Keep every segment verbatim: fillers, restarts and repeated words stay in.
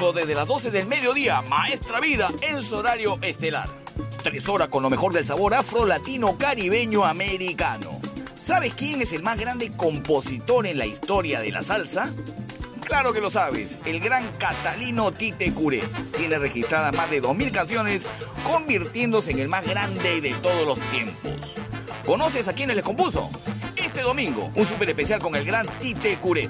domingo desde las doce del mediodía, Maestra Vida en su horario estelar. Tres horas con lo mejor del sabor afro, latino, caribeño, americano. ¿Sabes quién es el más grande compositor en la historia de la salsa? Claro que lo sabes, el gran Catalino Tite Curé. Tiene registradas más de dos mil canciones, convirtiéndose en el más grande de todos los tiempos. ¿Conoces a quiénes les compuso? Este domingo, un súper especial con el gran Tite Curé.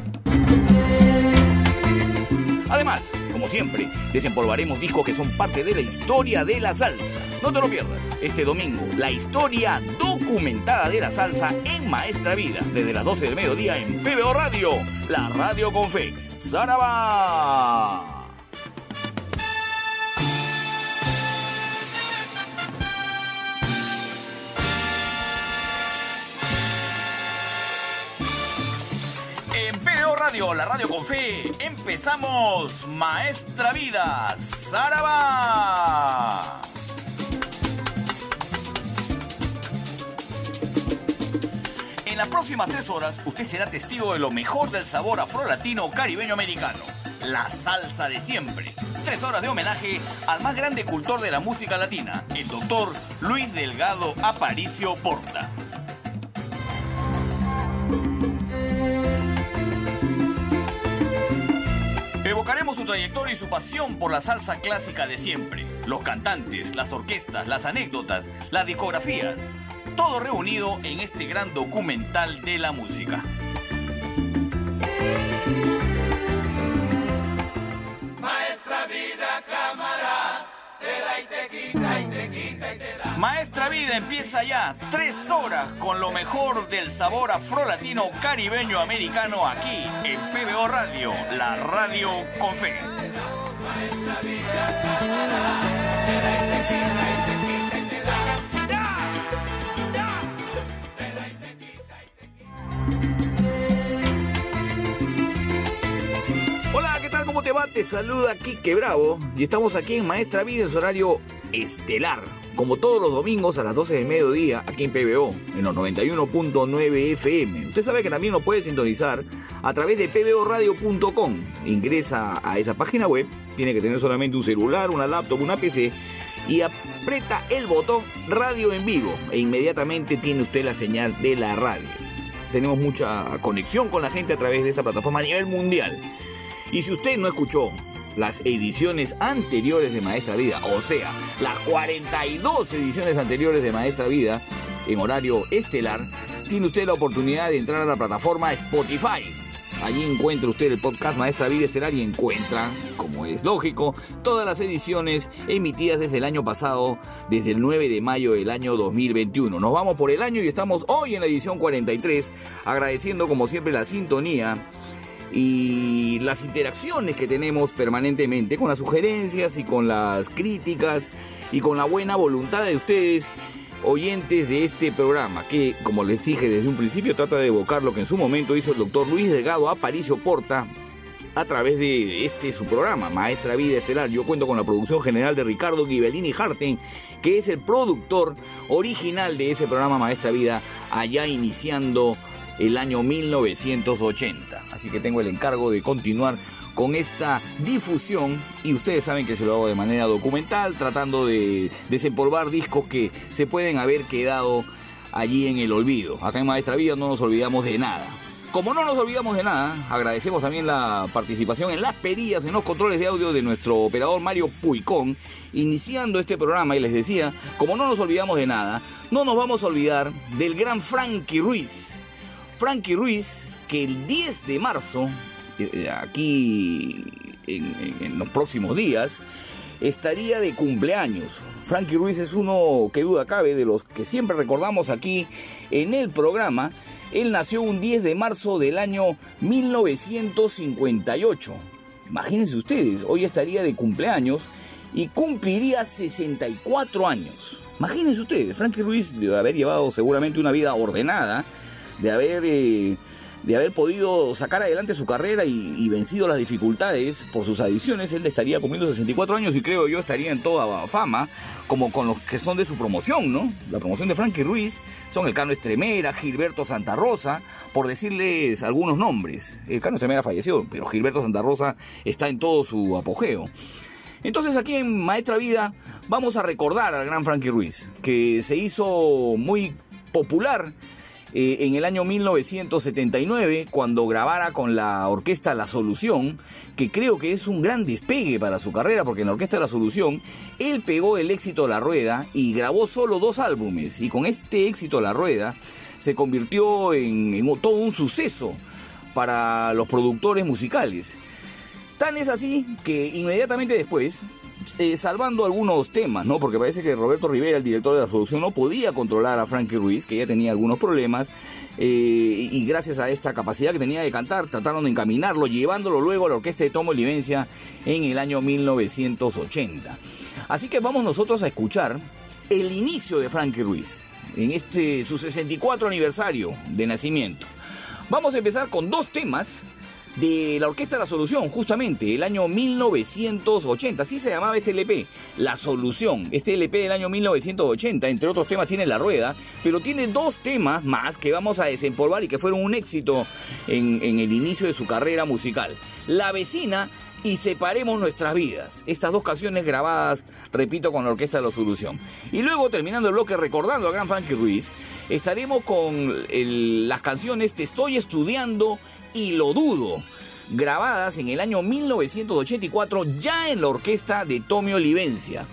Además, como siempre, desempolvaremos discos que son parte de la historia de la salsa. No te lo pierdas. Este domingo, la historia documentada de la salsa en Maestra Vida. Desde las doce del mediodía en P B O Radio, la radio con fe. ¡Sarabá! Radio, la radio con fe. Empezamos Maestra Vida. ¡Sarabá! En las próximas tres horas, usted será testigo de lo mejor del sabor afro-latino caribeño americano. La salsa de siempre. Tres horas de homenaje al más grande cultor de la música latina, el doctor Luis Delgado Aparicio Porta. Evocaremos su trayectoria y su pasión por la salsa clásica de siempre. Los cantantes, las orquestas, las anécdotas, las discografías. Todo reunido en este gran documental de la música. Maestra Vida, cámara, te da y te quita y te quita y te da. Maestra Vida empieza ya, tres horas con lo mejor del sabor afro-latino caribeño americano aquí en P B O Radio, la radio con fe. Maestra Vida, cámara, te da y te quita y te quita y te da. ¡Ya! ¡Ya! Te da y te quita y te quita. Hola, ¿qué tal? ¿Cómo te va? Te saluda Quique Bravo y estamos aquí en Maestra Vida en su horario estelar. Como todos los domingos a las doce del mediodía, aquí en P B O, en los noventa y uno punto nueve F M. Usted sabe que también lo puede sintonizar a través de p b o radio punto com. Ingresa a esa página web, tiene que tener solamente un celular, una laptop, una P C, y aprieta el botón radio en vivo, e inmediatamente tiene usted la señal de la radio. Tenemos mucha conexión con la gente a través de esta plataforma a nivel mundial. Y si usted no escuchó las ediciones anteriores de Maestra Vida, o sea, las cuarenta y dos ediciones anteriores de Maestra Vida en horario estelar, tiene usted la oportunidad de entrar a la plataforma Spotify. Allí encuentra usted el podcast Maestra Vida Estelar y encuentra, como es lógico, todas las ediciones emitidas desde el año pasado, desde el nueve de mayo del año dos mil veintiuno. Nos vamos por el año y estamos hoy en la edición cuarenta y tres, agradeciendo como siempre la sintonía y las interacciones que tenemos permanentemente con las sugerencias y con las críticas y con la buena voluntad de ustedes, oyentes de este programa, que, como les dije desde un principio, trata de evocar lo que en su momento hizo el doctor Luis Delgado Aparicio Porta a través de este su programa, Maestra Vida Estelar. Yo cuento con la producción general de Ricardo Ghibellini Harten, que es el productor original de ese programa Maestra Vida, allá iniciando el año mil novecientos ochenta. Así que tengo el encargo de continuar con esta difusión y ustedes saben que se lo hago de manera documental, tratando de desempolvar discos que se pueden haber quedado allí en el olvido. Acá en Maestra Vida no nos olvidamos de nada. Como no nos olvidamos de nada, agradecemos también la participación en las perillas, en los controles de audio de nuestro operador Mario Puicón, iniciando este programa. Y les decía, como no nos olvidamos de nada, no nos vamos a olvidar del gran Frankie Ruiz. Frankie Ruiz, que el diez de marzo, aquí en, en, en los próximos días, estaría de cumpleaños. Frankie Ruiz es uno que duda cabe de los que siempre recordamos aquí en el programa. Él nació un diez de marzo del año mil novecientos cincuenta y ocho. Imagínense ustedes, hoy estaría de cumpleaños y cumpliría sesenta y cuatro años. Imagínense ustedes, Frankie Ruiz debe haber llevado seguramente una vida ordenada, de haber eh, de haber podido sacar adelante su carrera y, y vencido las dificultades por sus adiciones, él estaría cumpliendo sesenta y cuatro años y creo yo estaría en toda fama, como con los que son de su promoción, ¿no? La promoción de Frankie Ruiz son el Cano Estremera, Gilberto Santa Rosa, por decirles algunos nombres. El Cano Estremera falleció, pero Gilberto Santa Rosa está en todo su apogeo. Entonces aquí en Maestra Vida vamos a recordar al gran Frankie Ruiz, que se hizo muy popular eh, en el año mil novecientos setenta y nueve, cuando grabara con la orquesta La Solución, que creo que es un gran despegue para su carrera, porque en la orquesta La Solución él pegó el éxito La Rueda y grabó solo dos álbumes, y con este éxito La Rueda se convirtió en, en todo un suceso para los productores musicales. Tan es así que inmediatamente después, eh, salvando algunos temas, ¿no? Porque parece que Roberto Rivera, el director de La Solución, no podía controlar a Frankie Ruiz, que ya tenía algunos problemas, eh, y gracias a esta capacidad que tenía de cantar, trataron de encaminarlo, llevándolo luego a la orquesta de Tomo Olivencia en el año mil novecientos ochenta. Así que vamos nosotros a escuchar el inicio de Frankie Ruiz, en este su sesenta y cuatro aniversario de nacimiento. Vamos a empezar con dos temas de la orquesta La Solución, justamente el año mil novecientos ochenta, así se llamaba este L P, La Solución. Este L P del año mil novecientos ochenta, entre otros temas, tiene La Rueda, pero tiene dos temas más que vamos a desempolvar y que fueron un éxito en, en el inicio de su carrera musical: La Vecina y Separemos Nuestras Vidas. Estas dos canciones grabadas, repito, con la orquesta de La Solución. Y luego, terminando el bloque recordando a gran Frankie Ruiz, estaremos con el, las canciones Te Estoy Estudiando y Lo Dudo, grabadas en el año mil novecientos ochenta y cuatro, ya en la orquesta de Tommy Olivencia.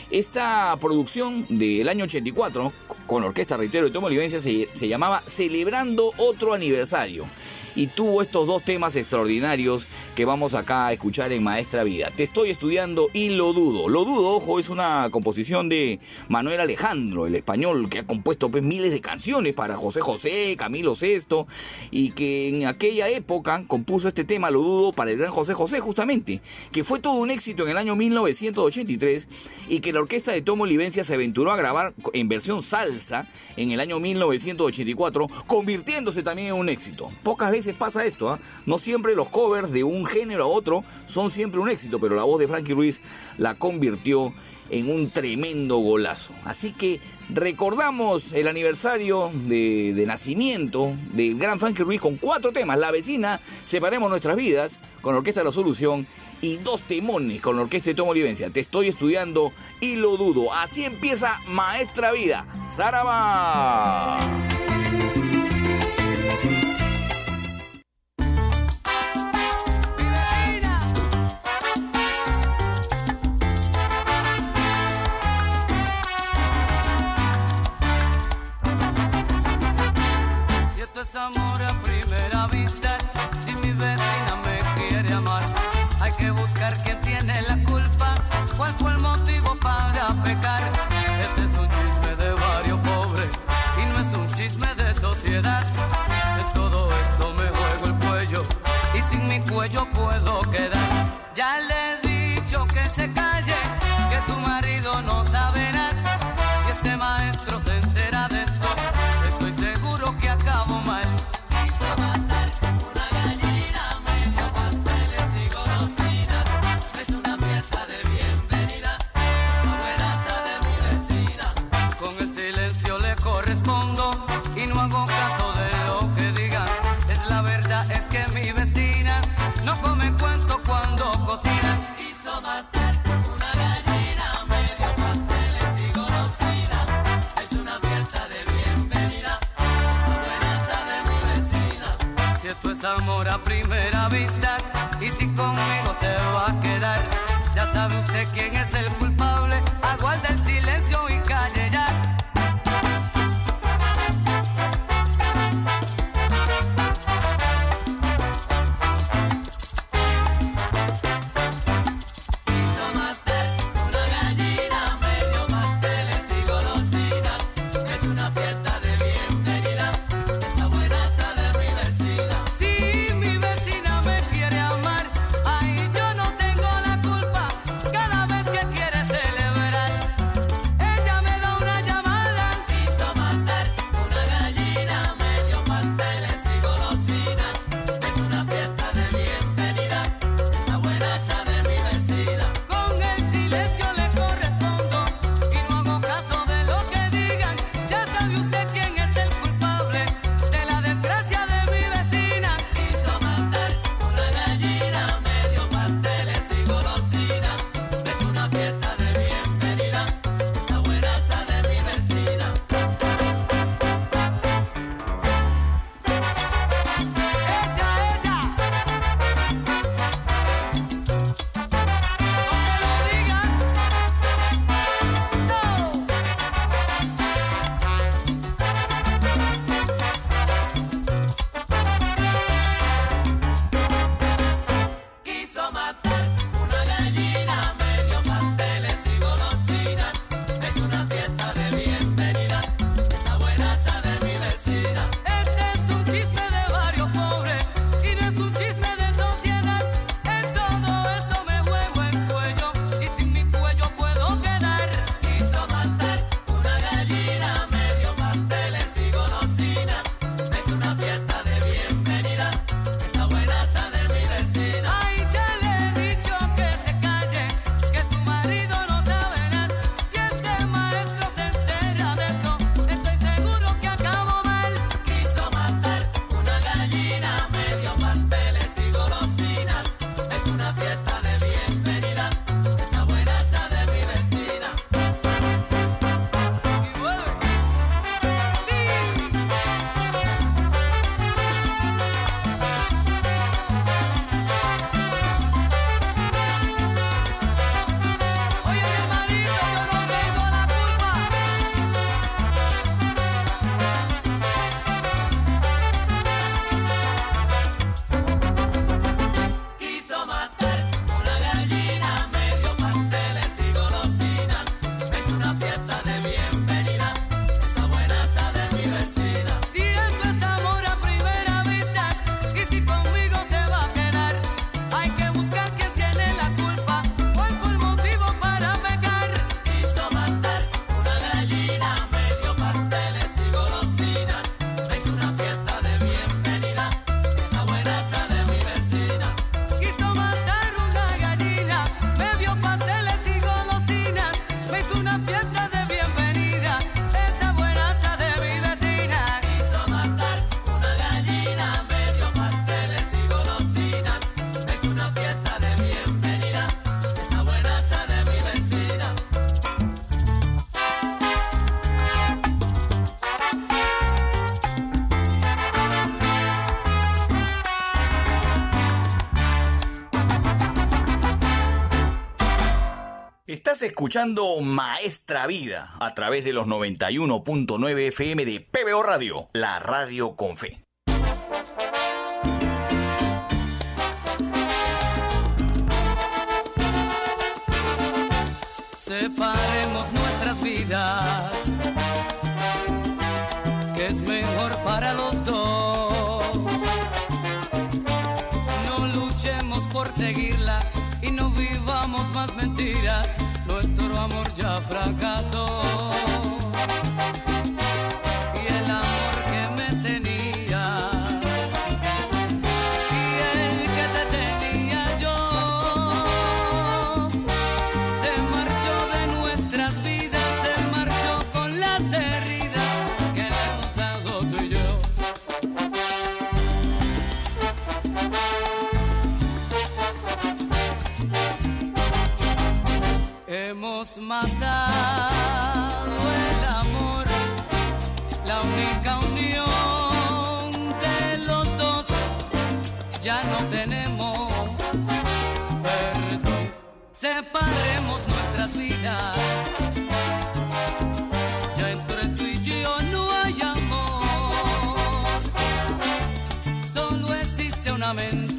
Esta producción del año ochenta y cuatro, con la orquesta, reitero, de Tommy Olivencia, se, se llamaba Celebrando Otro Aniversario, y tuvo estos dos temas extraordinarios que vamos acá a escuchar en Maestra Vida: Te Estoy Estudiando y Lo Dudo. Lo Dudo, ojo, es una composición de Manuel Alejandro, el español, que ha compuesto pues, miles de canciones para José José, Camilo Sesto, y que en aquella época compuso este tema, Lo Dudo, para el gran José José, justamente, que fue todo un éxito en el año mil novecientos ochenta y tres, y que la orquesta de Tomo Olivencia se aventuró a grabar en versión salsa en el año mil novecientos ochenta y cuatro, convirtiéndose también en un éxito. Pocas veces pasa esto, ¿eh? No siempre los covers de un género a otro son siempre un éxito, pero la voz de Frankie Ruiz la convirtió en un tremendo golazo. Así que recordamos el aniversario de, de nacimiento del gran Frankie Ruiz con cuatro temas: La Vecina, Separemos Nuestras Vidas, con la orquesta de La Solución, y dos temones con la orquesta de Tomo Olivencia, Te Estoy Estudiando y Lo Dudo. Así empieza Maestra Vida. ¡Zaraba! Es amor a primera vista. Si mi vecina me quiere amar, hay que buscar quién tiene la culpa, cuál fue el motivo para pecar. Este es un chisme de barrio pobre y no es un chisme Estás escuchando Maestra Vida a través de los noventa y uno punto nueve F M de P B O Radio, la radio con fe. Separemos nuestras vidas, que es mejor para los dos. No luchemos por seguirla y no vivamos más mentiras. Nuestro amor ya fracasó. Y el amor que me tenía y el que te tenía yo se marchó de nuestras vidas, se marchó con las heridas que le hemos dado tú y yo. Hemos matado el amor, la única unión de los dos. Ya no tenemos perdón. Separemos nuestras vidas. Ya entre tú y yo no hay amor. Solo existe una mentira.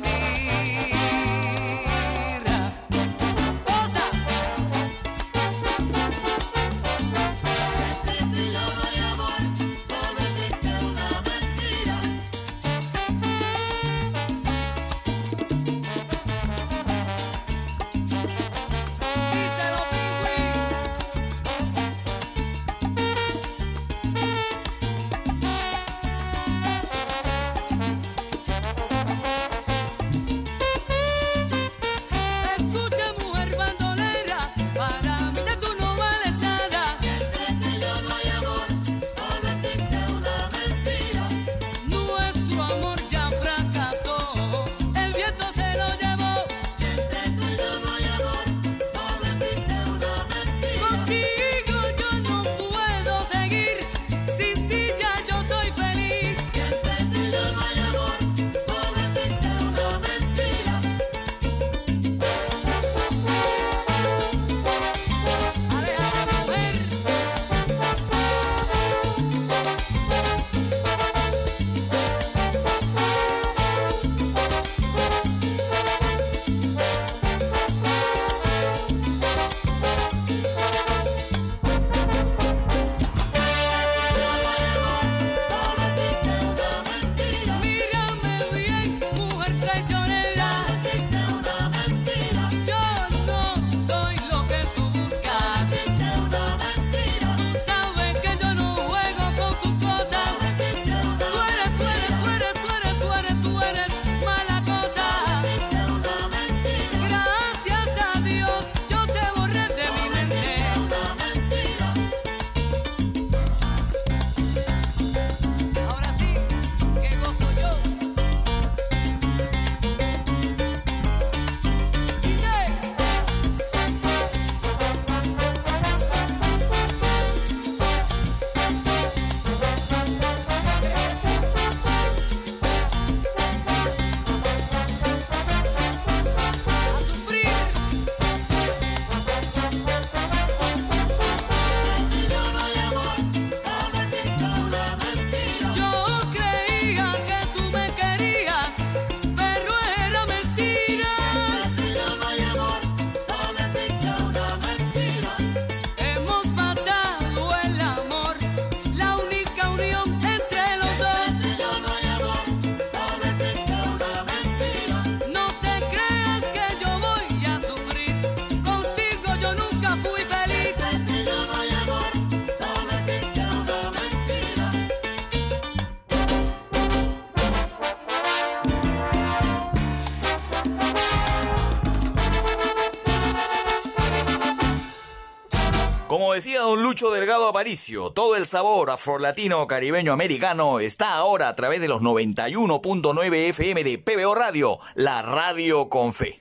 Como decía don Lucho Delgado Aparicio, todo el sabor afrolatino, caribeño, americano está ahora a través de los noventa y uno punto nueve F M de P B O Radio, la radio con fe.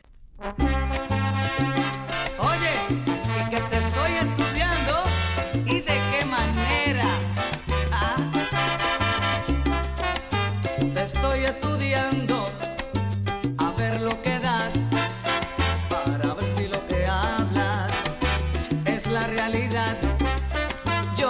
Oye, y que te estoy estudiando, ¿y de qué manera? ¿Ah? Te estoy estudiando, a ver lo que das, para ver si lo que hablas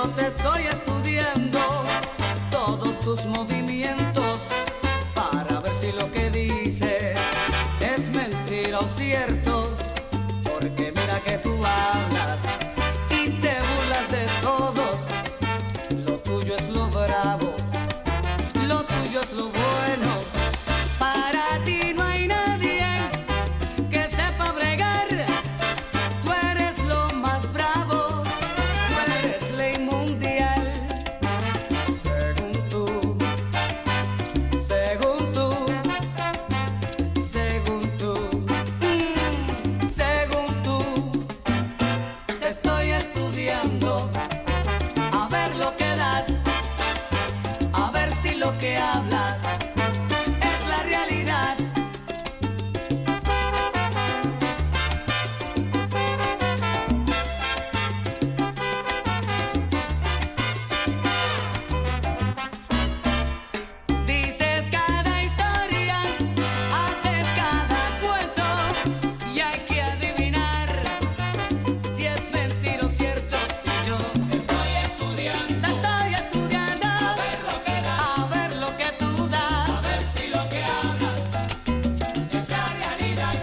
yo te estoy estudiando todos tus movimientos para ver si lo que dices es mentira o cierto, porque mira que tú hablas y te burlas de todos. Lo tuyo es lo bravo, lo tuyo es lo bueno. Para ti no hay nadie que sepa bregar. Tú eres lo más bravo, tú eres ley mundial. Según tú, según tú, según tú, mm, según tú, te estoy estudiando a ver lo que das, a ver si lo que hablas es la realidad. Dices cada historia, haces cada cuento y hay que adivinar si es mentira o cierto. Yo estoy estudiando, te estoy estudiando a ver lo que das, a ver lo que tú das, a ver si lo que hablas es la realidad.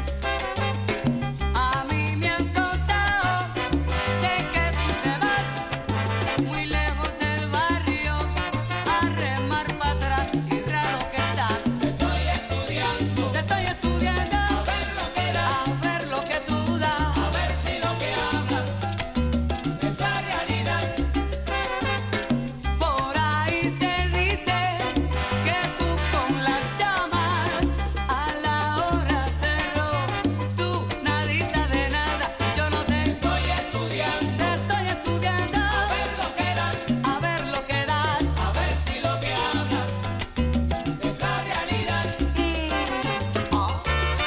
A mí me han contado de que tú te vas muy lejos del barrio a remar para atrás y raro que está. Te estoy estudiando, te estoy estudiando a ver lo que das, a ver lo que tú das, a ver si lo que hablas es la realidad. Por ahí se dice que tú con las llamas a la hora cero, tú nadita de nada. Yo no sé, estoy estudiando, te estoy estudiando a ver lo que das, a ver lo que das, a ver si lo que hablas es la realidad. Mm. Oh.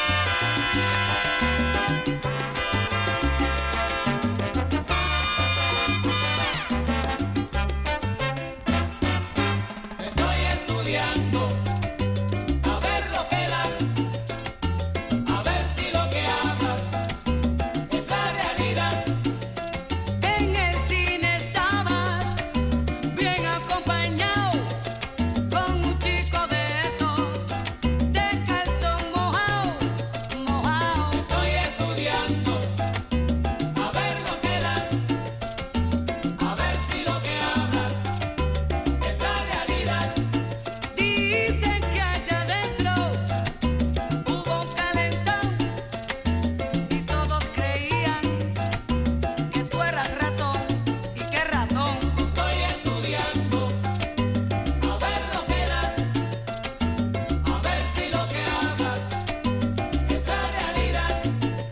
Estoy estudiando a ver lo que das, a ver si lo que hablas es la realidad. En el cine estabas bien acompañado con un chico de esos de calzón mojado, mojado. Estoy estudiando a ver lo que das, a ver si lo que hablas es la realidad. Dicen que allá adentro hubo un calentón y todos creían que tú eras ratón. ¿Y qué ratón? Estoy estudiando a ver lo que das, a ver si lo que hablas es la realidad.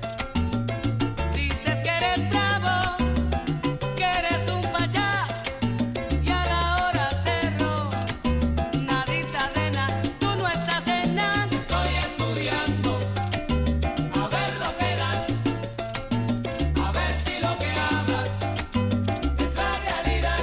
Dices que eres bravo, que eres un pachá y a la hora cerro, nadita de nada, tú no estás en nada. Estoy estudiando a ver lo que das, a ver si lo que hablas es la realidad.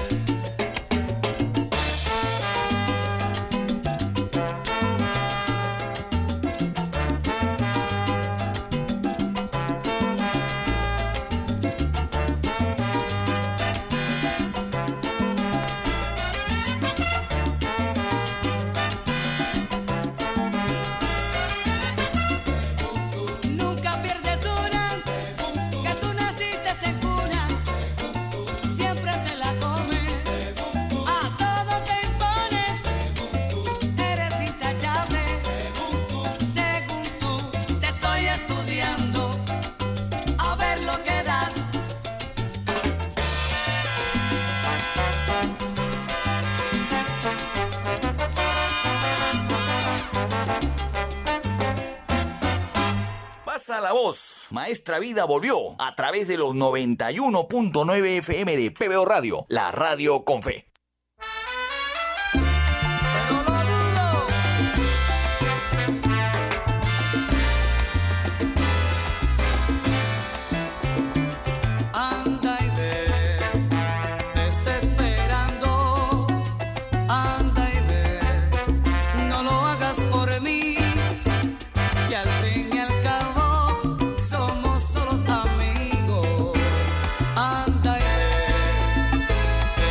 Nunca pierdes una, que tú naciste en cuna, siempre te la comes, a todo te impones, eres intachable, según tú, te estoy estudiando a ver lo que das. Pasa la voz. Maestra Vida volvió a través de los noventa y uno punto nueve F M de P B O Radio, la radio con fe. No lo dudo. Anda y ve, te está esperando. Anda y ve, no lo hagas por mí, que al fin y al cabo somos solo amigos. Anda y ve,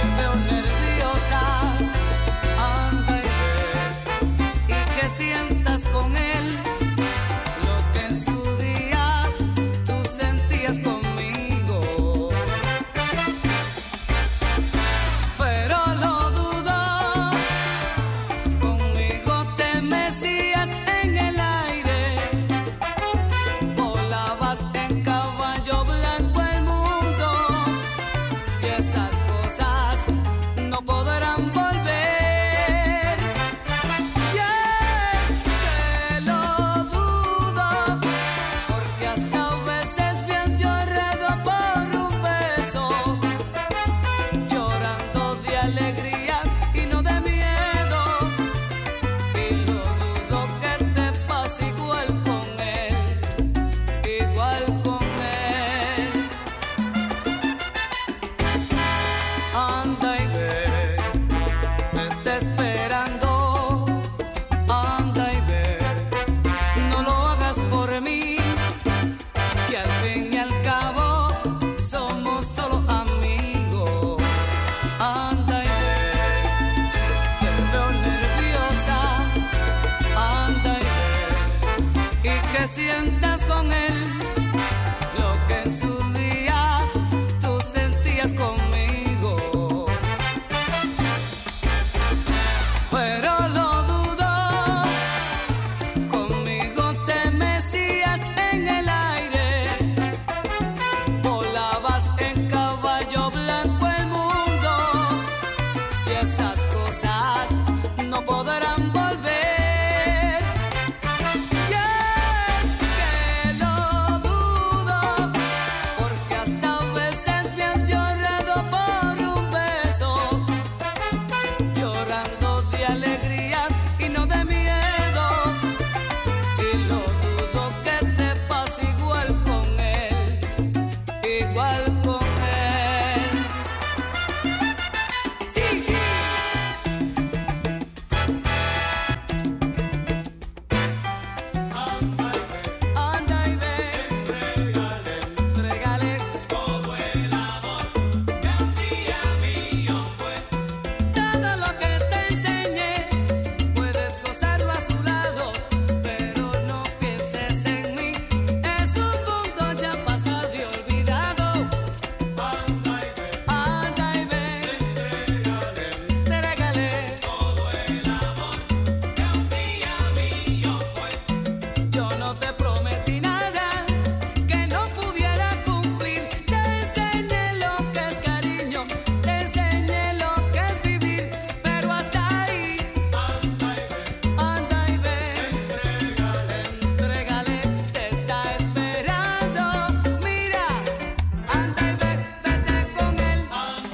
alegría y no de miedo. Y no dudo que te pase igual con él, igual con él. Anda y ve, me está esperando. Anda y ve, no lo hagas por mí, que al fin y al cabo somos solo amigos. Anda y ve, te veo nerviosa. Anda y ve, y que sientas con él lo que en su día tú sentías conmigo. Pero lo dudo, conmigo te mecías en el aire, volabas en caballo blanco el mundo, y esas cosas no podrán volver. Y es que lo dudo, porque hasta a veces me han llorado por un beso, llorando de alegría y no de miedo. Y lo dudo que te pase igual con él, igual con él. Sí, sí. Anda y ve, entrégale todo el amor que un día mío fue. Todo lo que te enseñé, puedes gozarlo a su lado, pero no pienses en mí, es un mundo ya pasado y olvidado. Anda y ve, entrégale todo el amor que un día mío fue. Yo no te prometí nada que no pudiera cumplir. Te enseñé lo que es cariño, te enseñé lo que es vivir, pero hasta ahí. Anda y ve, entrégale, te está esperando. Mira, anda y ve, vete con él.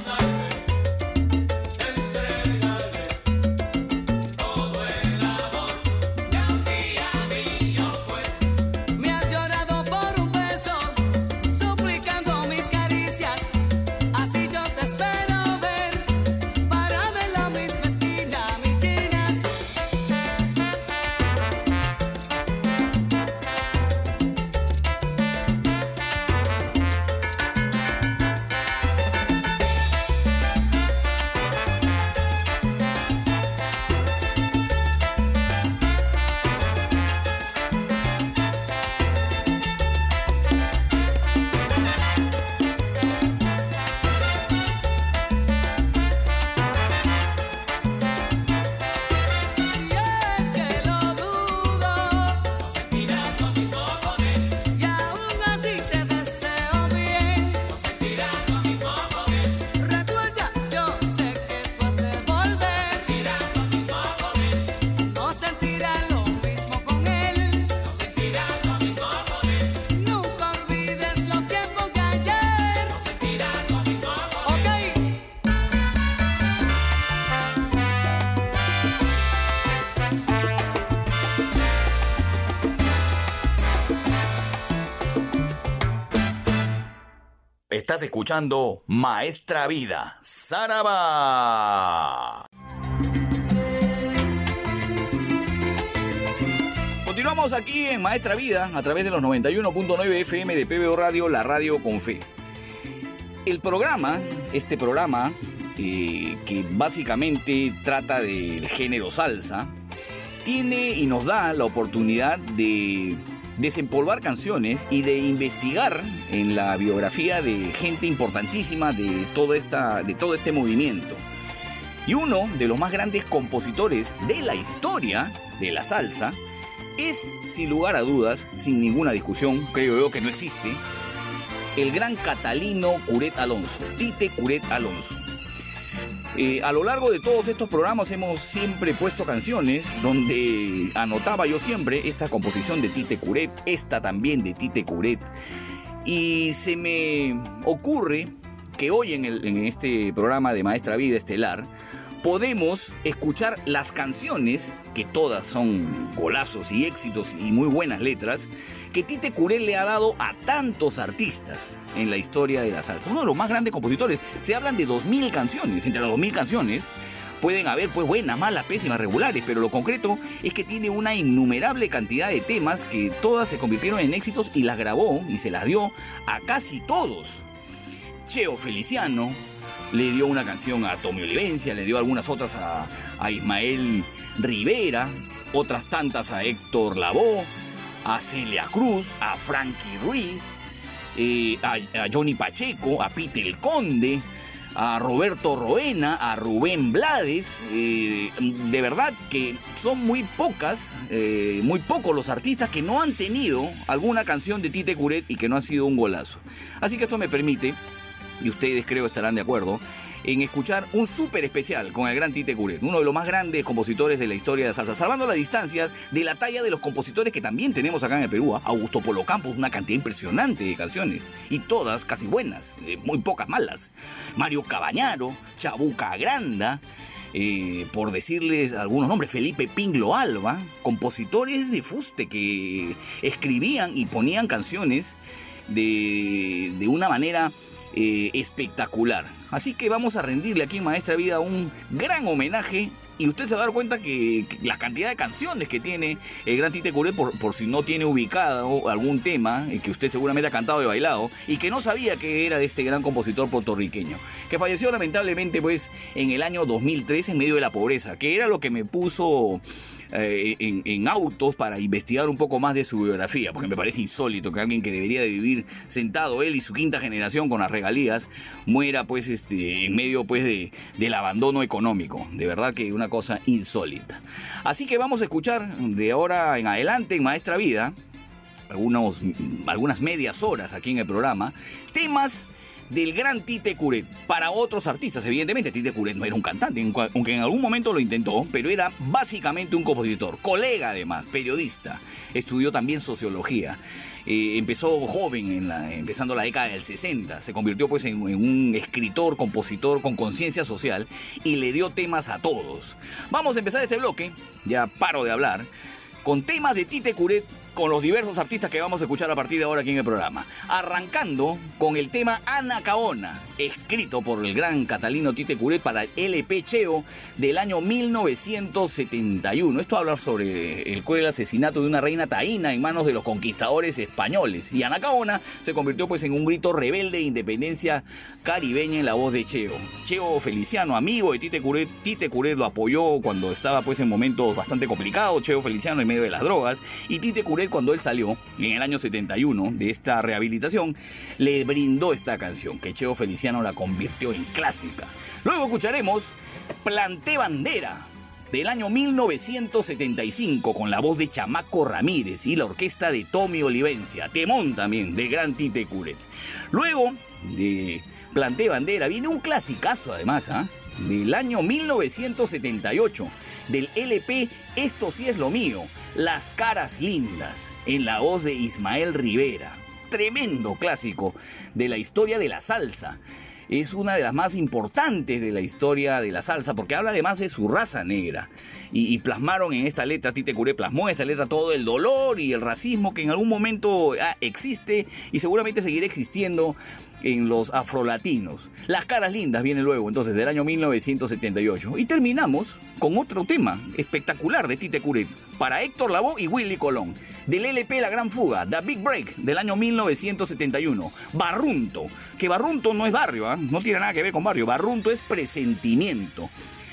Me has llorado por un beso, suplicando mis caricias. Así yo te espero ver, parada en la misma esquina, mi china. Y es que lo dudo, no sentirás lo mismo con él, y aún así te deseo bien. No sentirás lo mismo con él. Recuerda, yo sé que tú has de volver. No sentirás lo mismo con él. No sentirás lo mismo con él. No sentirás lo mismo con él. Nunca olvides los tiempos de ayer. No sentirás lo mismo con él. Ok. Estás escuchando Maestra Vida, Saraba. Continuamos aquí en Maestra Vida a través de los noventa y uno punto nueve F M de P B O Radio, la radio con fe. El programa, este programa, eh, que básicamente trata del género salsa, tiene y nos da la oportunidad de desempolvar canciones y de investigar en la biografía de gente importantísima de, toda esta, de todo este movimiento. Y uno de los más grandes compositores de la historia de la salsa es, sin lugar a dudas, sin ninguna discusión, creo yo que no existe, el gran Catalino Curet Alonso, Tite Curet Alonso. Eh, a lo largo de todos estos programas hemos siempre puesto canciones donde anotaba yo siempre esta composición de Tite Curet, esta también de Tite Curet, y se me ocurre que hoy en, el, en este programa de Maestra Vida Estelar podemos escuchar las canciones, que todas son golazos y éxitos y muy buenas letras, que Tite Curet le ha dado a tantos artistas en la historia de la salsa. Uno de los más grandes compositores. Se hablan de dos mil canciones. Entre las dos mil canciones pueden haber pues buenas, malas, pésimas, regulares, pero lo concreto es que tiene una innumerable cantidad de temas que todas se convirtieron en éxitos y las grabó y se las dio a casi todos. Cheo Feliciano le dio una canción a Tommy Olivencia, le dio algunas otras a, a Ismael Rivera, otras tantas a Héctor Lavoe, a Celia Cruz, a Frankie Ruiz, eh, a, a Johnny Pacheco, a Pete el Conde, a Roberto Roena, a Rubén Blades. Eh, de verdad que son muy pocas, eh, muy pocos los artistas que no han tenido alguna canción de Tite Curet y que no ha sido un golazo. Así que esto me permite, y ustedes creo estarán de acuerdo, en escuchar un súper especial con el gran Tite Curet, uno de los más grandes compositores de la historia de la salsa, salvando las distancias de la talla de los compositores que también tenemos acá en el Perú. Augusto Polo Campos, una cantidad impresionante de canciones, y todas casi buenas, eh, muy pocas malas. Mario Cabañaro, Chabuca Granda, eh, por decirles algunos nombres, Felipe Pinglo Alba, compositores de fuste que escribían y ponían canciones de, de una manera Eh, espectacular. Así que vamos a rendirle aquí en Maestra Vida un gran homenaje, y usted se va a dar cuenta que, que la cantidad de canciones que tiene el gran Tite Curet, por, por si no tiene ubicado algún tema eh, que usted seguramente ha cantado y bailado y que no sabía que era de este gran compositor puertorriqueño, que falleció lamentablemente pues en el año dos mil tres en medio de la pobreza, que era lo que me puso Eh, en, en autos para investigar un poco más de su biografía, porque me parece insólito que alguien que debería de vivir sentado, él y su quinta generación con las regalías, muera pues este, en medio pues de, del abandono económico. De verdad que una cosa insólita. Así que vamos a escuchar de ahora en adelante en Maestra Vida algunos, algunas medias horas aquí en el programa, temas del gran Tite Curet, para otros artistas. Evidentemente Tite Curet no era un cantante, aunque en algún momento lo intentó, pero era básicamente un compositor, colega además, periodista, estudió también sociología. Eh, empezó joven, en la, empezando la década del sesenta, se convirtió pues en, en un escritor, compositor con conciencia social y le dio temas a todos. Vamos a empezar este bloque, ya paro de hablar, con temas de Tite Curet, con los diversos artistas que vamos a escuchar a partir de ahora aquí en el programa. Arrancando con el tema Anacaona, escrito por el gran catalino Tite Curet para el L P Cheo del año mil novecientos setenta y uno. Esto habla sobre el cruel asesinato de una reina taína en manos de los conquistadores españoles. Y Anacaona se convirtió pues en un grito rebelde de independencia caribeña en la voz de Cheo. Cheo Feliciano, amigo de Tite Curet, Tite Curet lo apoyó cuando estaba pues en momentos bastante complicados, Cheo Feliciano en medio de las drogas, y Tite Curet, cuando él salió en el año setenta y uno de esta rehabilitación, le brindó esta canción que Cheo Feliciano la convirtió en clásica. Luego escucharemos Planté Bandera del año mil novecientos setenta y cinco con la voz de Chamaco Ramírez y la orquesta de Tommy Olivencia, temón también del gran Tite Curet. Luego de Planté Bandera viene un clasicazo además, ¿eh? del año mil novecientos setenta y ocho, del L P Esto sí es lo mío, Las caras lindas, en la voz de Ismael Rivera. Tremendo clásico de la historia de la salsa. Es una de las más importantes de la historia de la salsa, porque habla además de su raza negra. Y, y plasmaron en esta letra, Tite Curet plasmó en esta letra todo el dolor y el racismo que en algún momento ah, existe y seguramente seguirá existiendo en los afrolatinos. Las caras lindas viene luego, entonces, del año mil novecientos setenta y ocho. Y terminamos con otro tema espectacular de Tite Curet, para Héctor Lavoe y Willy Colón, del L P La Gran Fuga, The Big Break, del año mil novecientos setenta y uno. Barrunto, que Barrunto no es barrio, ¿eh? No tiene nada que ver con barrio, Barrunto es presentimiento.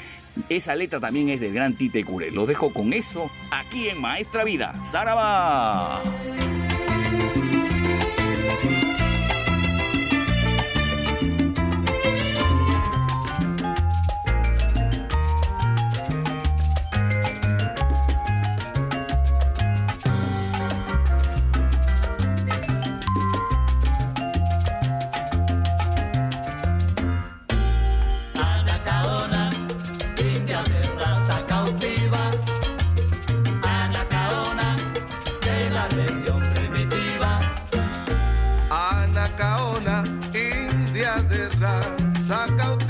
Esa letra también es del gran Tite Curet. Los dejo con eso aquí en Maestra Vida. ¡Zaraba! Anacaona, de la región.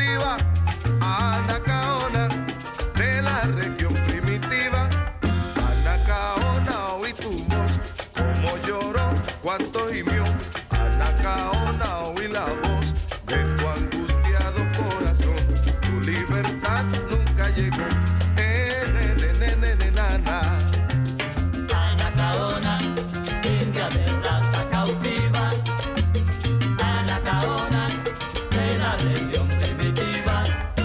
cautiva, Anacaona, de la región primitiva. Anacaona, oí tu voz, como lloró, cuánto gimió. Anacaona, oí la voz de tu angustiado corazón. Tu libertad nunca llegó. Eh, ne, ne, ne, ne, ne, na, na. Anacaona, india de raza cautiva. Anacaona, de la región primitiva.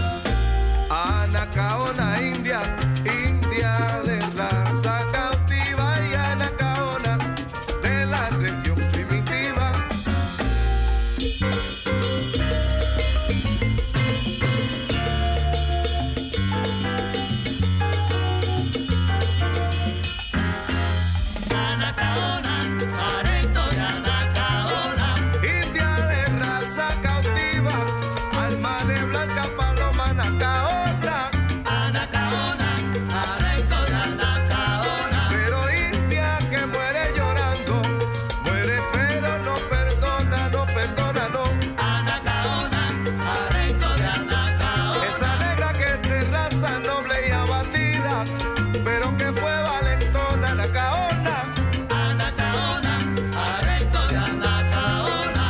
Anacaona, india, india de raza cautiva. Y Anacaona, de la región primitiva. Anacaona, areito de Anacaona. India de raza cautiva, alma de blanca paloma, Anacaona. Anacaona, areito de Anacaona. Pero india que muere llorando, muere pero no perdona, no perdona, no. Anacaona, areito de Anacaona. Esa negra que es de raza noble y abatida, pero que fue valentona, Anacaona. Anacaona, areito de Anacaona.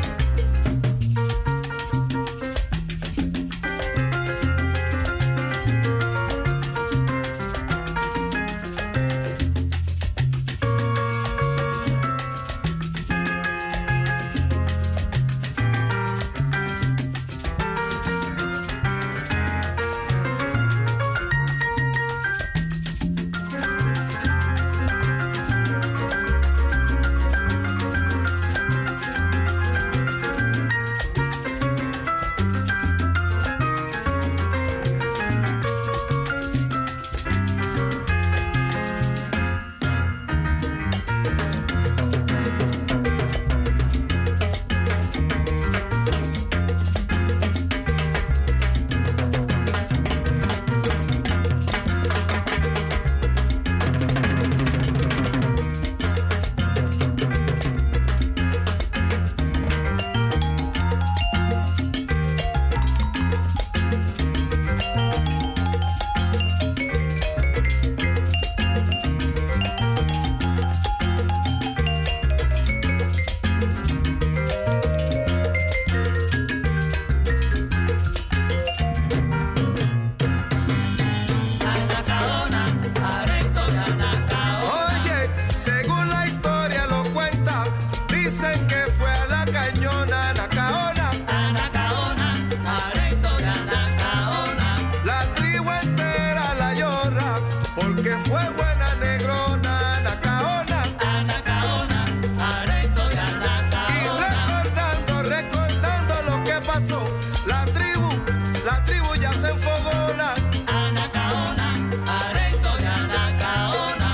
Anacaona, areito de Anacaona. Oye, según la historia lo cuenta, dicen que fue a la cañona, Anacaona. Anacaona, areito de Anacaona. La tribu entera la llora, porque fue buena negrona, Anacaona. Anacaona, areito de Y Anacaona. recordando, recordando lo que pasó, la tribu, la tribu ya se enfogona. Anacaona, areito de Anacaona.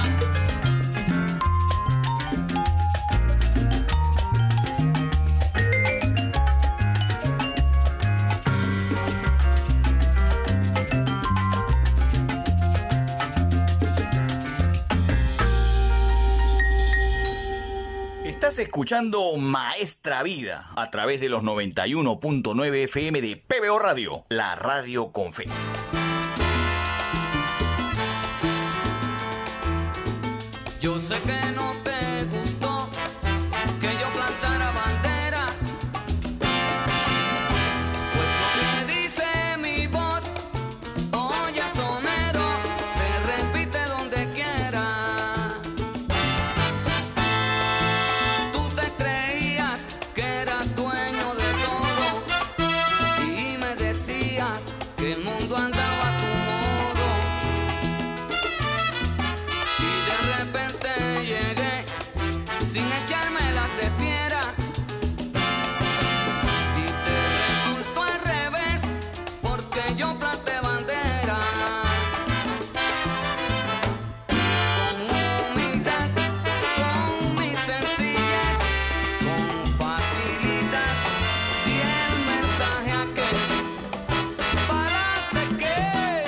Estás escuchando Maestra Vida a través de los noventa y uno punto nueve F M de P B O Radio, la radio con fe. Yo sé que no te gustó que yo plantara bandera, pues lo que dice mi voz, oye sonero, se repite donde quiera. Tú te creías que eras dueño de todo y me decías que el mundo andaba a tu modo. Y de repente llegué sin echarme las de fiera y te resultó al revés porque yo planté bandera. Con humildad, con mi sencillez, con facilidad di el mensaje aquel. Pa'lante que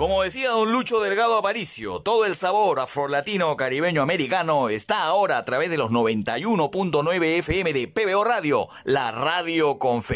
Como decía don Lucho Delgado Aparicio, todo el sabor afrolatino, caribeño, americano está ahora a través de los noventa y uno punto nueve F M de P B O Radio, la radio con fe.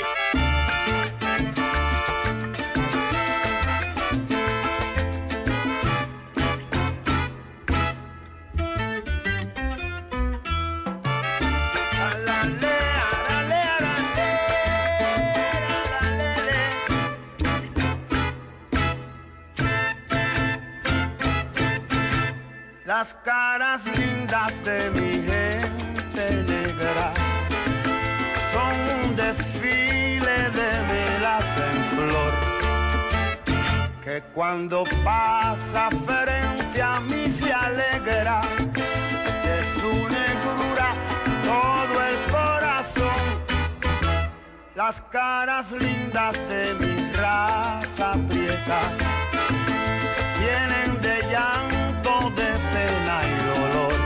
Las caras lindas de mi gente negra son un desfile de velas en flor, que cuando pasa frente a mí se alegra de su negrura todo el corazón. Las caras lindas de mi raza prieta vienen de llanto, de pena y dolor.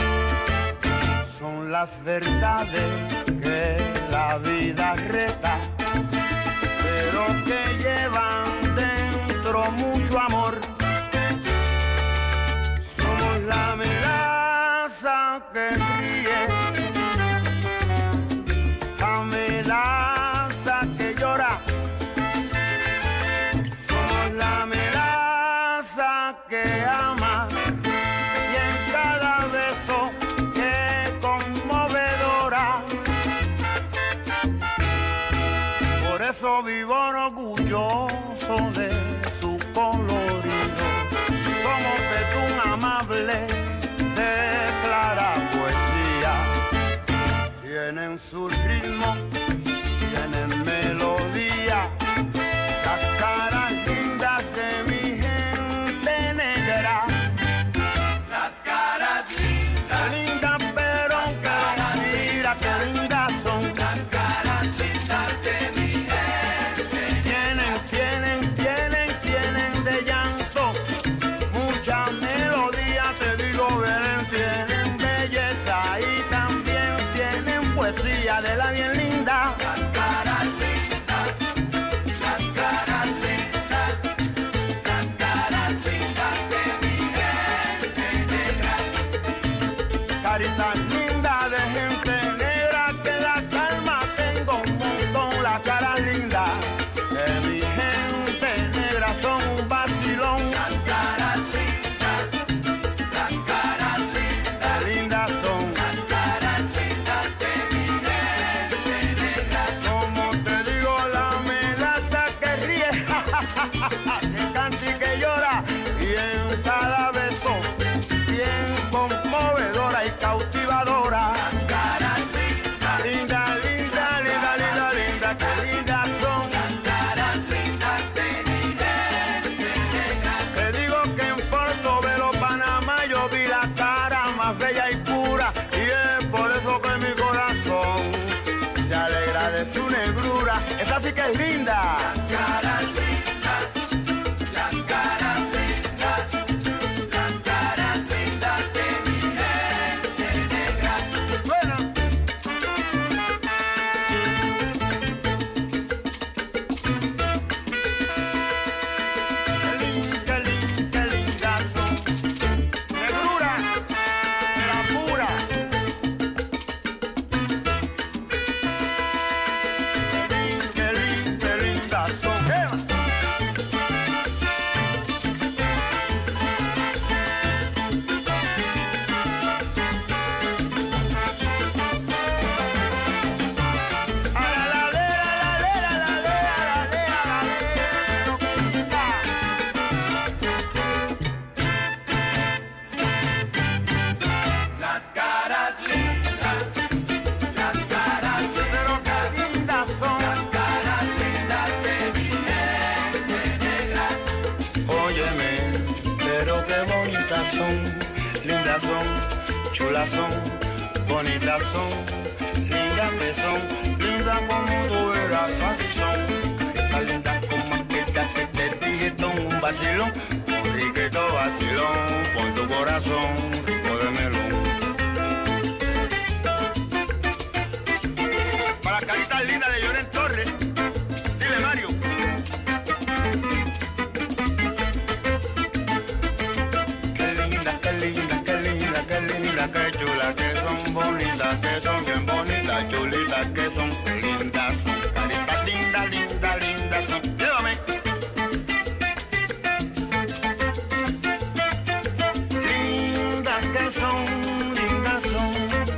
Son las verdades que la vida reta, pero que llevan dentro mucho amor. Somos la melaza que ríe, la melaza que llora. Somos la melaza que ama, y en cada beso que conmovedora. Por eso vivo orgulloso de su colorido. Somos de un amable, de clara poesía. Tienen su ritmo, tienen melodía. Las caras lindas de mi gente negra. Las caras lindas, Lindas pero caras mira qué lindas son. las caras lindas de mi gente. Tienen, tienen, tienen, tienen de llanto mucha melodía, te digo, ven, tienen belleza y también tienen poesía de la bien linda. Las caras lindas, las caras lindas, las caras lindas de mi gente negra. Carita linda de gente negra, que la calma tengo un montón. Las caras lindas de mi gente negra son un vacilón. Las caras lindas, las caras lindas, Qué lindas son. las caras lindas de mi gente negra. Somos, te digo, la melaza que ríe, que canta y que llora, y en cada beso bien conmovedora y cautivadora. Las caras lindas, Linda, linda, linda, linda, linda, qué lindas son. las caras lindas de mi gente negra. Te digo que en Portobelo, Panamá, yo vi la cara más bella y pura, y es por eso que mi corazón se alegra de su negrura. Esa sí que es linda. Las caras lindas, las caras lindas, las caras lindas de mi gente negra. Suena. Qué lin- qué lin- qué lindas son. Negrura de la pura. Qué lin- qué lin- qué lindas son. ¡Eh! A la la le, a la le, a la le, a la le, a la le, pero qué linda. Las caras lindas, las caras Pero qué lindas son. caras lindas de mi gente negra. Óyeme, pero qué bonitas son, lindas son, chulas son, bonitas son, lindas que son, lindas como tú verás, así son. Caritas lindas como aquellas que te dije, son un vacilón, un riquito vacilón, por tu corazón, rico de melón. Para las caritas lindas de Lloren Torres, dile Mario. Llévame. Lindas que son, lindas son.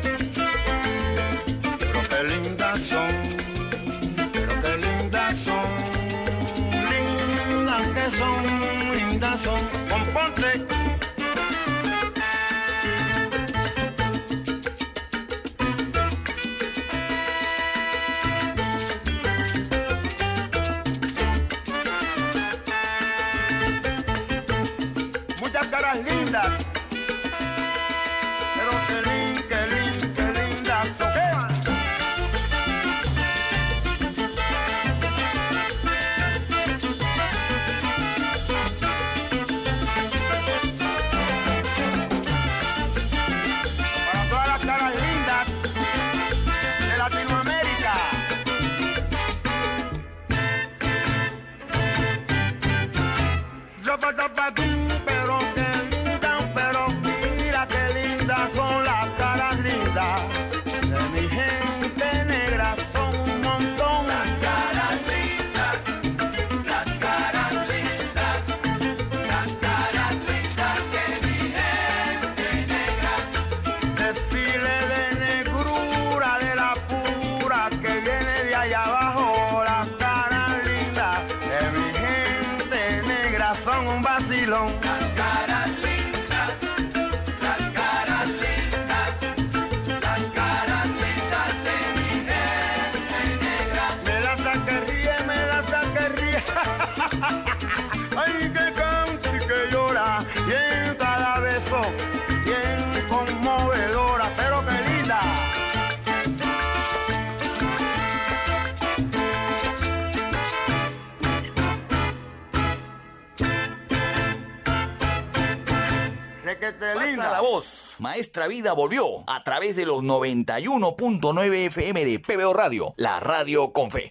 Pero qué lindas son. Pero qué lindas son. Lindas que son, lindas son. Componte. Caras lindas, pero qué lin, qué lin, qué lindas son. Para todas las caras lindas de Latinoamérica. Pero son las caras lindas de mi gente negra, son un montón. Las caras lindas, las caras lindas, las caras lindas de mi gente negra. Desfile de negrura de la pura que viene de allá abajo. Las caras lindas de mi gente negra son un vacilón. Las caras lindas. Ay, que canta y que llora, y en cada beso, bien conmovedora, pero qué linda. Requete linda. Pasa la voz. Maestra Vida volvió a través de los noventa y uno punto nueve F M de P B O Radio, la radio con fe.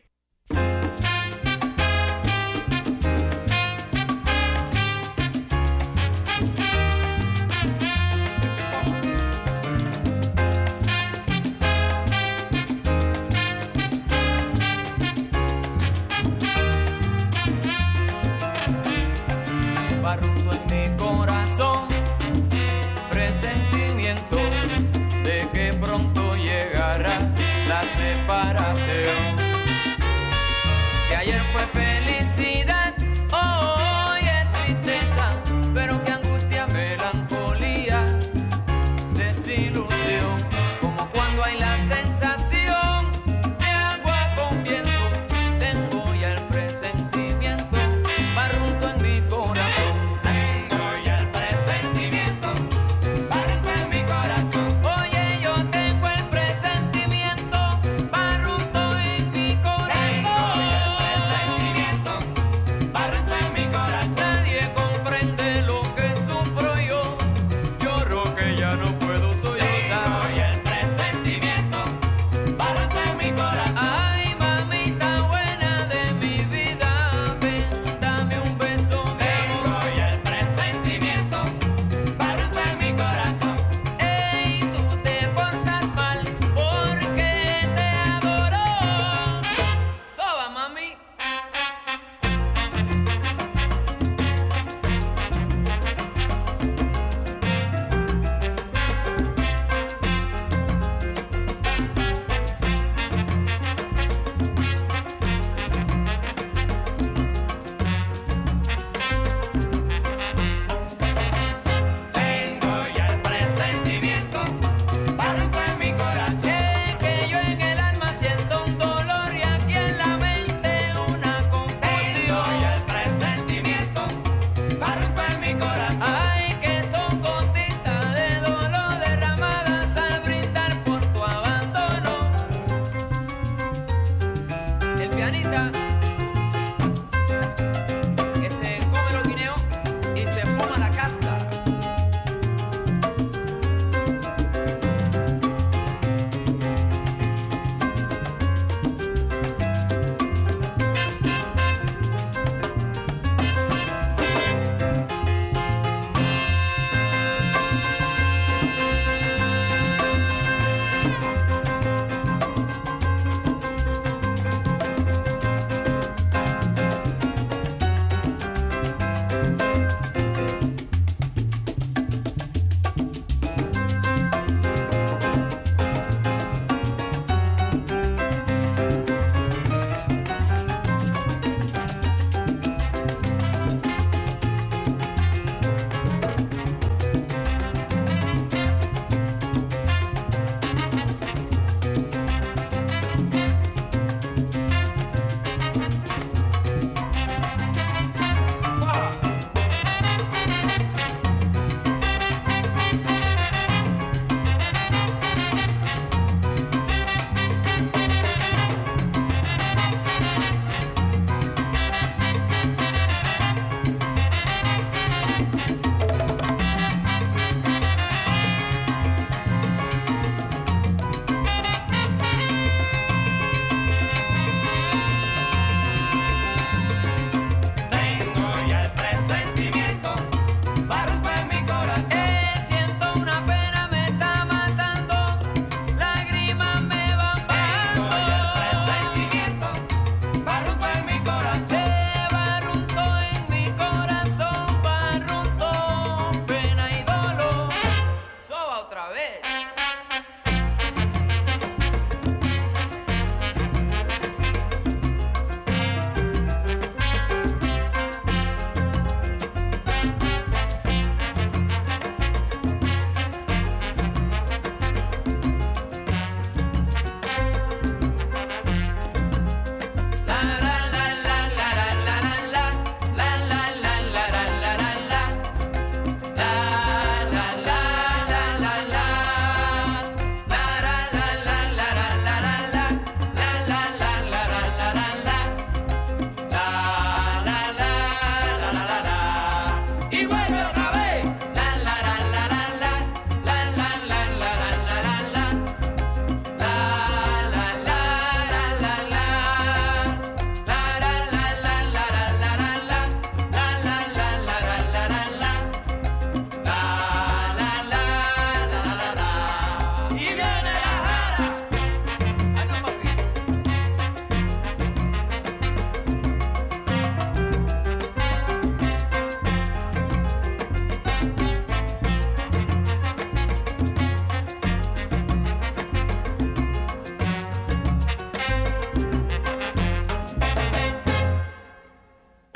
Barrundo en mi corazón, presentimiento de que pronto llegará la separación. Si ayer fue felicidad, hoy es tristeza, pero qué angustia, melancolía, desilusión, como cuando hay la sensación de agua con viento. Tengo ya el presentimiento, barrundo en mi corazón.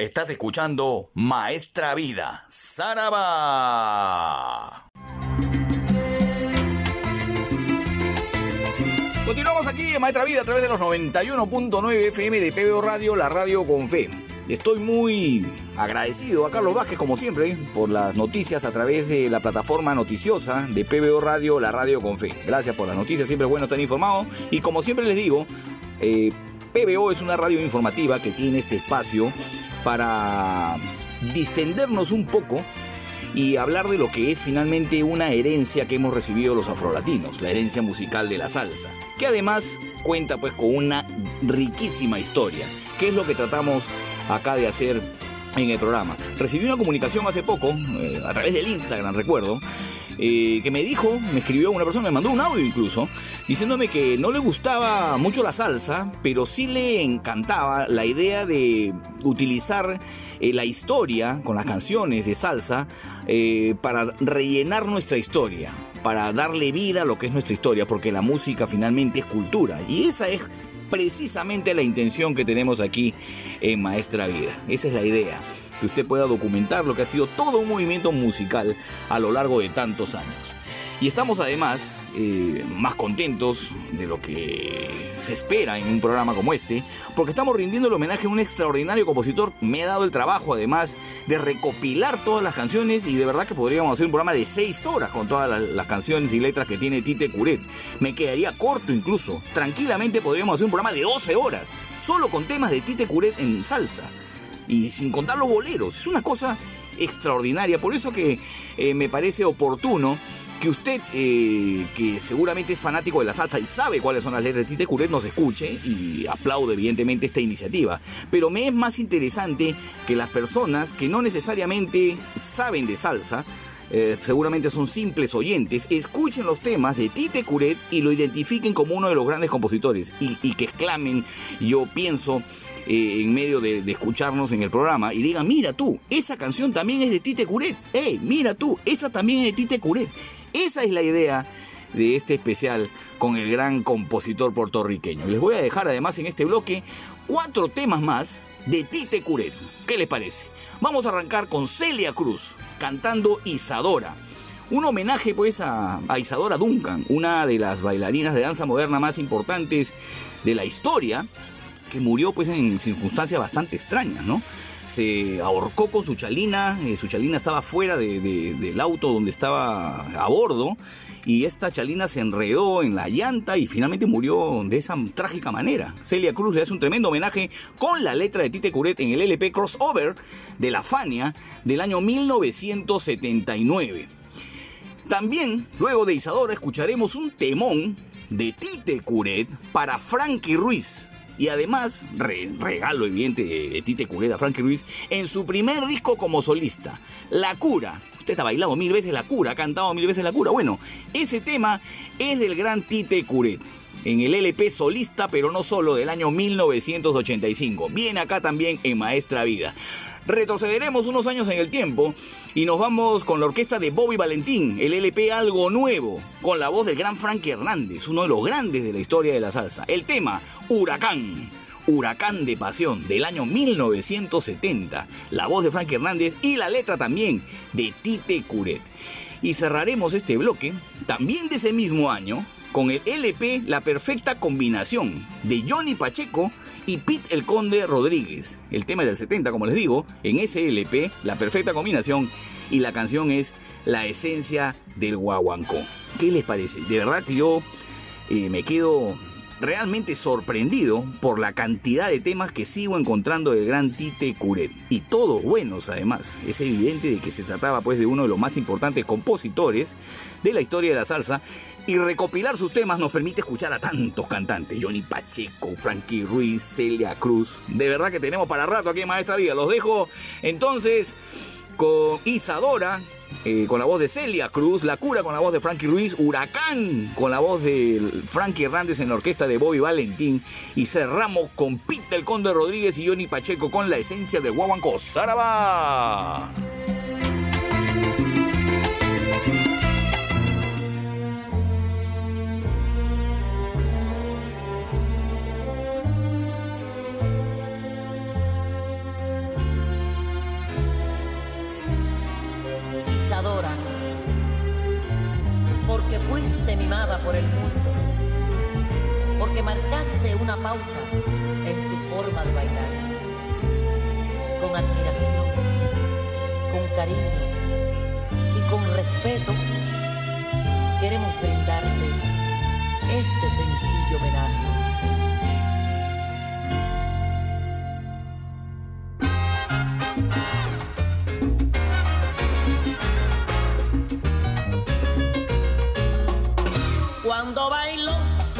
Estás escuchando Maestra Vida, Saraba. Continuamos aquí en Maestra Vida a través de los noventa y uno punto nueve F M de P B O Radio, la radio con fe. Estoy muy agradecido a Carlos Vázquez, como siempre, por las noticias a través de la plataforma noticiosa de P B O Radio, la radio con fe. Gracias por las noticias, siempre es bueno estar informado. Y como siempre les digo, eh, P B O es una radio informativa que tiene este espacio para distendernos un poco y hablar de lo que es finalmente una herencia que hemos recibido los afrolatinos, la herencia musical de la salsa, que además cuenta pues con una riquísima historia, que es lo que tratamos acá de hacer en el programa. Recibí una comunicación hace poco, eh, a través del Instagram, recuerdo, eh, que me dijo, me escribió una persona, me mandó un audio incluso, diciéndome que no le gustaba mucho la salsa, pero sí le encantaba la idea de utilizar eh, la historia con las canciones de salsa eh, para rellenar nuestra historia, para darle vida a lo que es nuestra historia, porque la música finalmente es cultura, y esa es precisamente la intención que tenemos aquí en Maestra Vida. Esa es la idea, que usted pueda documentar lo que ha sido todo un movimiento musical a lo largo de tantos años. Y estamos además eh, más contentos de lo que se espera en un programa como este, porque estamos rindiendo el homenaje a un extraordinario compositor. Me he dado el trabajo además de recopilar todas las canciones, y de verdad que podríamos hacer un programa de seis horas con todas las, las canciones y letras que tiene Tite Curet. Me quedaría corto incluso. Tranquilamente podríamos hacer un programa de doce horas, solo con temas de Tite Curet en salsa. Y sin contar los boleros. Es una cosa extraordinaria. Por eso que eh, me parece oportuno que usted, eh, que seguramente es fanático de la salsa y sabe cuáles son las letras de Tite Curet, nos escuche y aplaude evidentemente esta iniciativa. Pero me es más interesante que las personas que no necesariamente saben de salsa, eh, seguramente son simples oyentes, escuchen los temas de Tite Curet y lo identifiquen como uno de los grandes compositores, y, y que exclamen, yo pienso, eh, en medio de, de escucharnos en el programa, y digan, mira tú, esa canción también es de Tite Curet, hey, mira tú, esa también es de Tite Curet. Esa es la idea de este especial con el gran compositor puertorriqueño. Les voy a dejar además en este bloque cuatro temas más de Tite Curet. ¿Qué les parece? Vamos a arrancar con Celia Cruz cantando Isadora. Un homenaje pues a, a Isadora Duncan, una de las bailarinas de danza moderna más importantes de la historia, que murió pues en circunstancias bastante extrañas, ¿no? Se ahorcó con su chalina, eh, su chalina estaba fuera de, de, del auto donde estaba a bordo, y esta chalina se enredó en la llanta y finalmente murió de esa trágica manera. Celia Cruz le hace un tremendo homenaje con la letra de Tite Curet en el L P Crossover de la Fania del año mil novecientos setenta y nueve. También, luego de Isadora, escucharemos un temón de Tite Curet para Frankie Ruiz. Y además, re, regalo evidente de Tite Curet a Frankie Ruiz en su primer disco como solista, La Cura. Usted ha bailado mil veces La Cura, ha cantado mil veces La Cura. Bueno, ese tema es del gran Tite Curet, en el L P solista, pero no solo, del año mil novecientos ochenta y cinco. Viene acá también en Maestra Vida. Retrocederemos unos años en el tiempo y nos vamos con la orquesta de Bobby Valentín, el L P Algo Nuevo, con la voz del gran Frankie Hernández, uno de los grandes de la historia de la salsa. El tema Huracán, Huracán de Pasión, del año mil novecientos setenta. La voz de Frankie Hernández y la letra también de Tite Curet. Y cerraremos este bloque, también de ese mismo año, con el L P La Perfecta Combinación, de Johnny Pacheco y Pete el Conde Rodríguez. El tema es del setenta, como les digo, en ese L P, La Perfecta Combinación, y la canción es La Esencia del Guaguancó. ¿Qué les parece? De verdad que yo eh, me quedo realmente sorprendido por la cantidad de temas que sigo encontrando del gran Tite Curet, y todos buenos además. Es evidente de que se trataba pues de uno de los más importantes compositores de la historia de la salsa, y recopilar sus temas nos permite escuchar a tantos cantantes: Johnny Pacheco, Frankie Ruiz, Celia Cruz. De verdad que tenemos para rato aquí en Maestra Vida. Los dejo entonces con Isadora, eh, con la voz de Celia Cruz, La Cura con la voz de Frankie Ruiz, Huracán con la voz de Frankie Hernández en la orquesta de Bobby Valentín, y cerramos con Pete el Conde Rodríguez y Johnny Pacheco con La Esencia del Guaguancó. ¡Saraba! animada por el mundo, porque marcaste una pauta en tu forma de bailar, con admiración, con cariño y con respeto. Queremos brindarte este sencillo homenaje. Cuando bailó,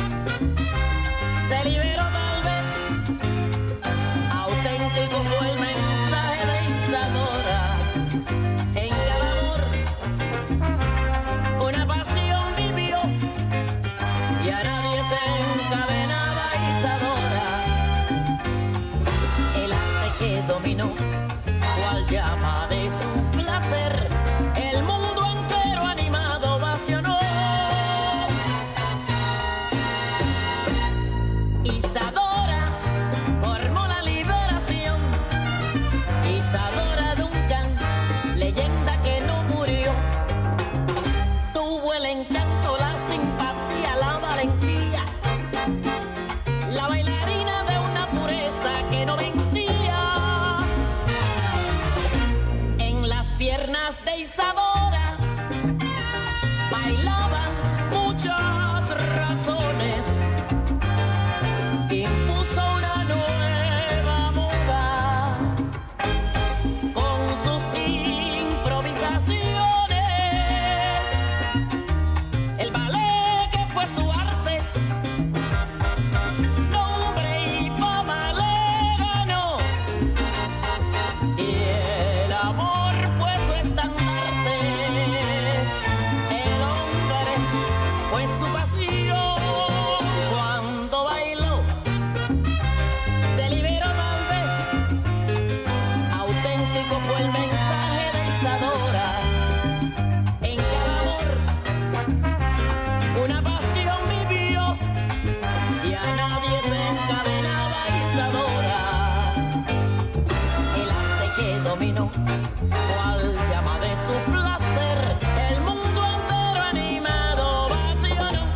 se liberó tal vez, auténtico fue el mensaje de Isadora. En cada amor, una pasión vivió, y a nadie se encadenaba Isadora. El arte que dominó, cual llama de su placer, el mundo entero animado ovacionó. Isadora formó la liberación. Isadora Duncan, leyenda que no murió. Tuvo el encanto, la simpatía, la valentía, la bailarina de una pureza que no mentía. En las piernas de Isadora bailaban muchas razones. Impuso una nueva moda con sus improvisaciones. El ballet, que fue su arte, nombre y fama le ganó, y el amor fue su estandarte. El hombre fue su pasión. Cuando bailó, se liberó tal vez, auténtico fue el mensaje de Isadora. En cada amor, una pasión vivió, y a nadie se encadenaba Isadora. El arte que dominó, cual llama de su placer, el mundo entero animado ovacionó.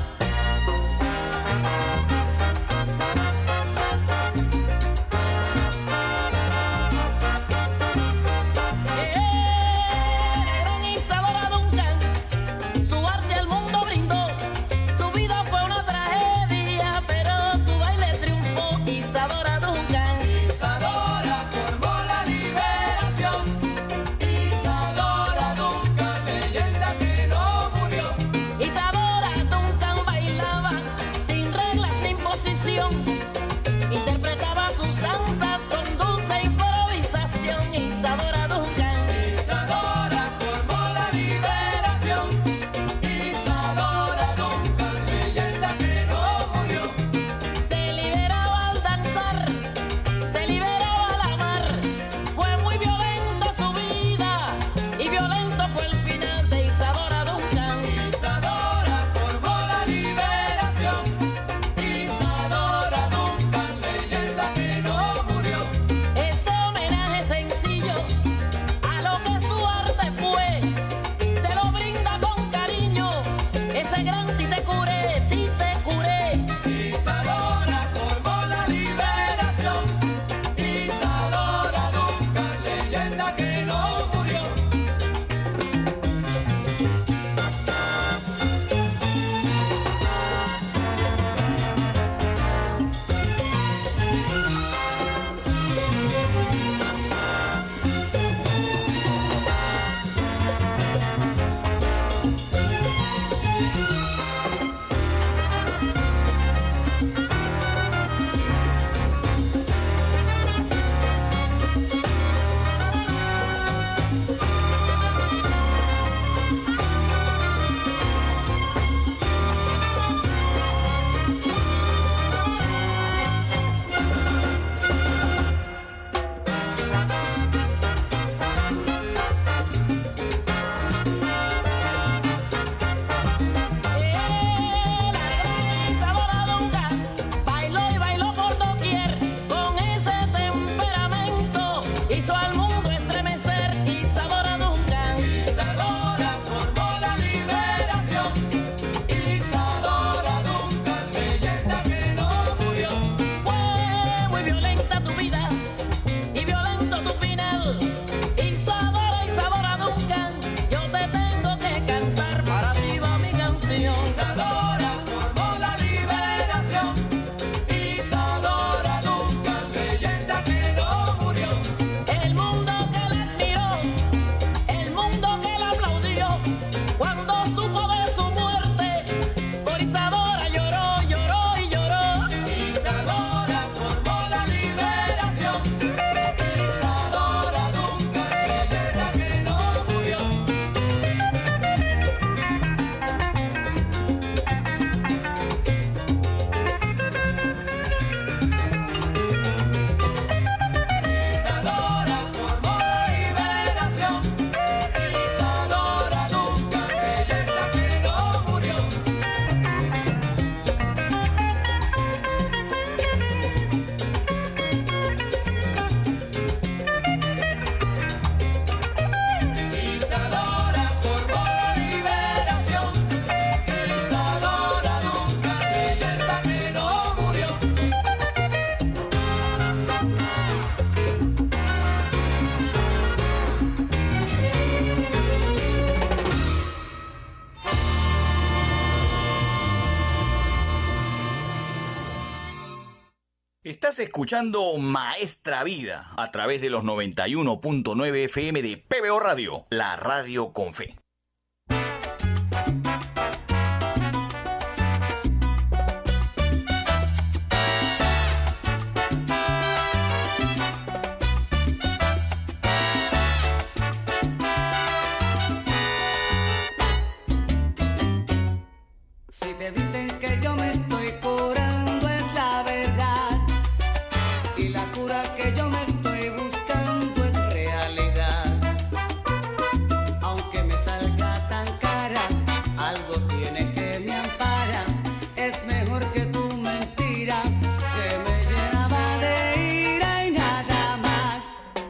Gran Isadora Duncan, su arte al mundo brindó. Su vida fue una tragedia, pero su baile triunfó. Isadora Duncan. Isadora formó la liberación. Isadora Duncan, leyenda que no murió. Estás escuchando Maestra Vida a través de los noventa y uno punto nueve F M de P B O Radio, la radio con fe. Si te dicen que yo me estoy curando es la verdad, y la cura que yo me estoy buscando es realidad. Aunque me salga tan cara, algo tiene que me ampara. Es mejor que tu mentira, que me llenaba de ira y nada más.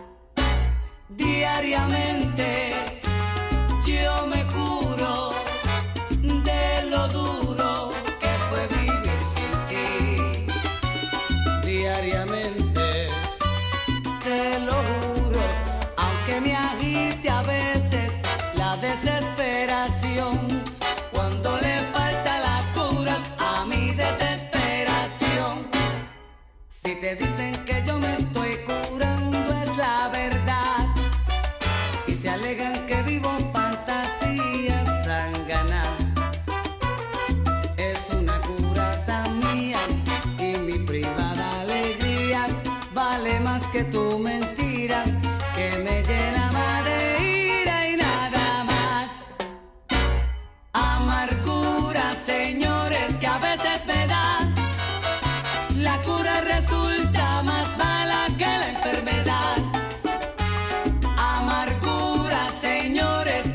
Diariamente yo me curo de lo duro que fue vivir sin ti. Diariamente, te lo juro, aunque me agite a veces la desesperación, cuando le falta la cura a mi desesperación. Si te dicen que yo me estoy curando es la verdad, y se alegan que vivo fantasías sanganas. Es una cura tan mía y mi privada alegría vale más que tu mentira, que me llenaba de ira y nada más. Amargura, señores, que a veces me da. La cura resulta más mala que la enfermedad. Amargura, señores,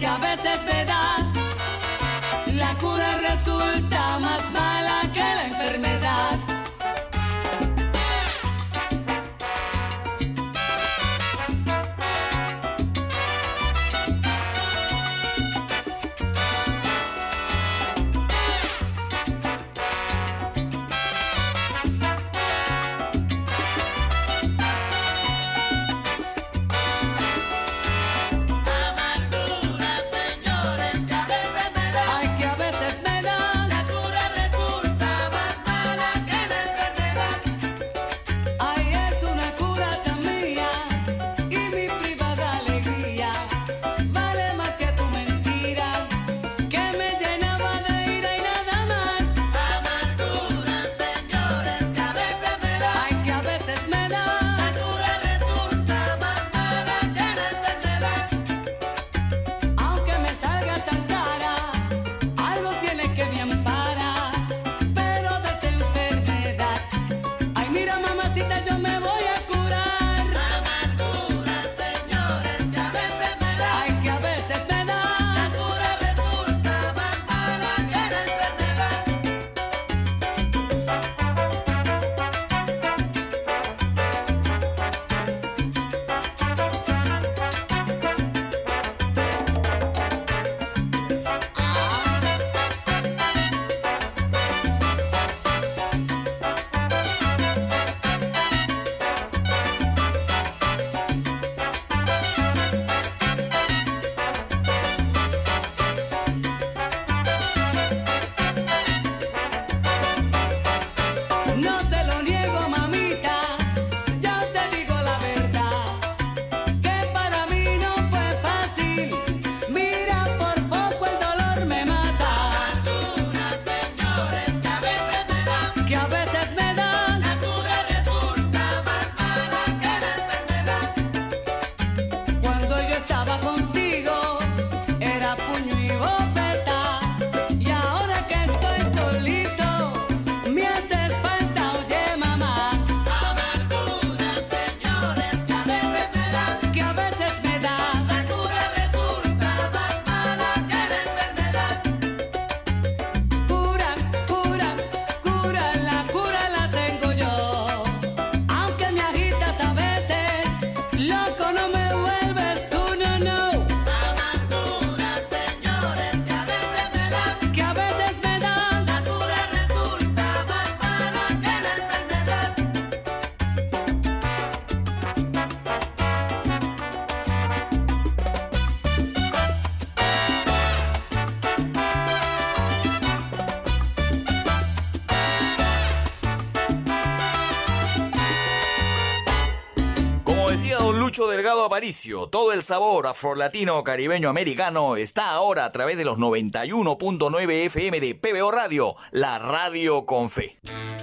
Lucho Delgado Aparicio, todo el sabor afrolatino, caribeño, americano está ahora a través de los noventa y uno punto nueve F M de P B O Radio, la radio con fe.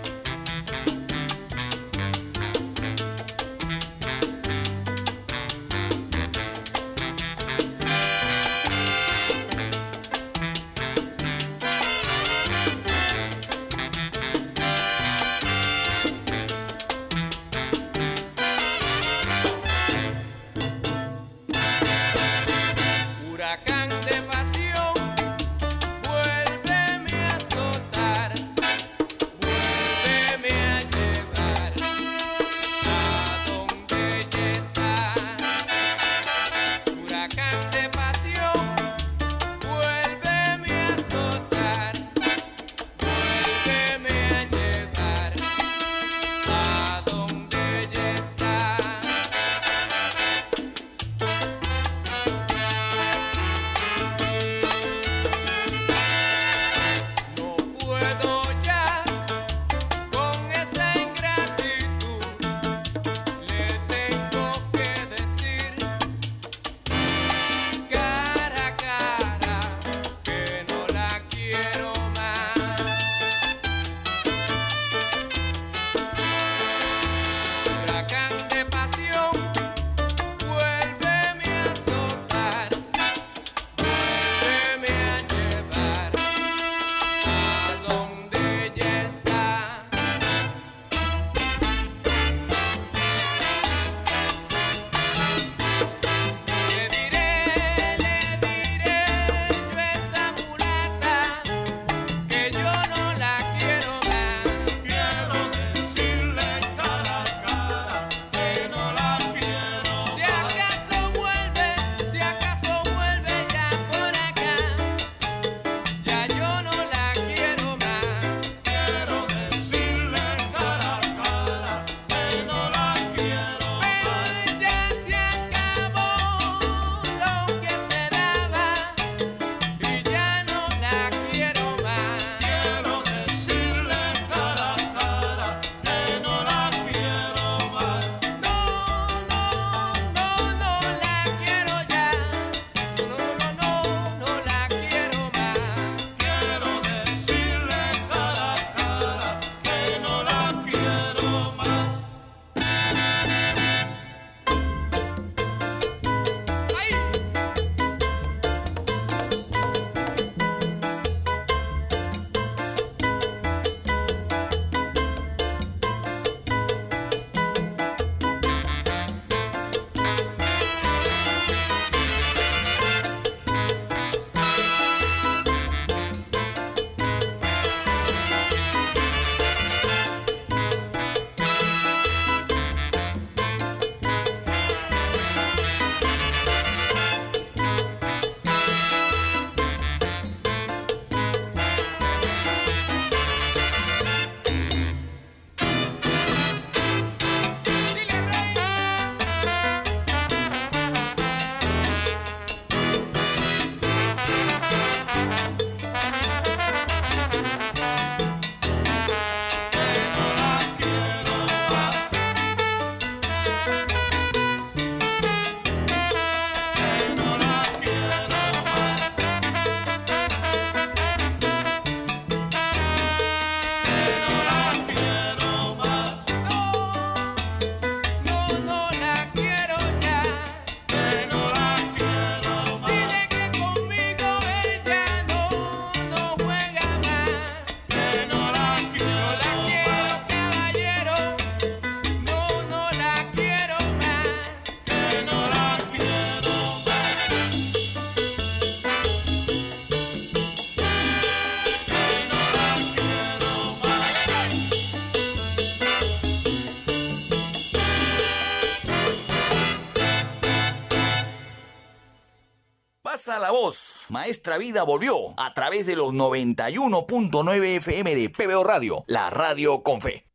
Pasa la voz. Maestra Vida volvió a través de los noventa y uno punto nueve F M de P B O Radio, la radio con fe.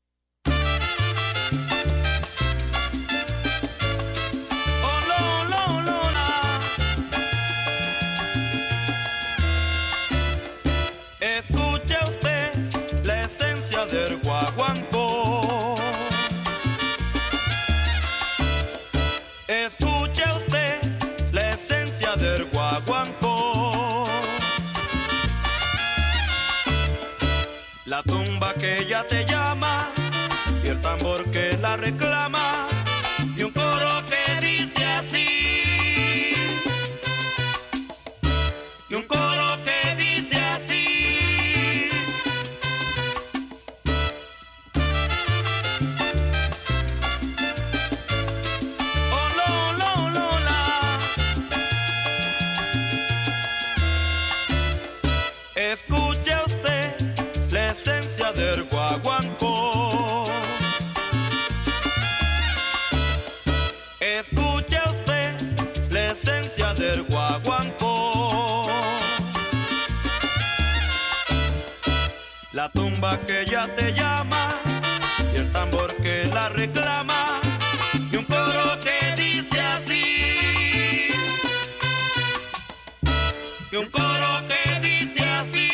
Escuche usted la esencia del guaguancó. guaguancó. La tumba que ya te llama y el tambor que la reclama y un coro que dice así. Y un coro que dice así. Oh, lo, lo, lo, la. Escuche usted la esencia del guaguancó. Escuche usted la esencia del guaguancó. La tumba que ya te llama y el tambor que la reclama y un coro que dice así. Y un coro que dice así.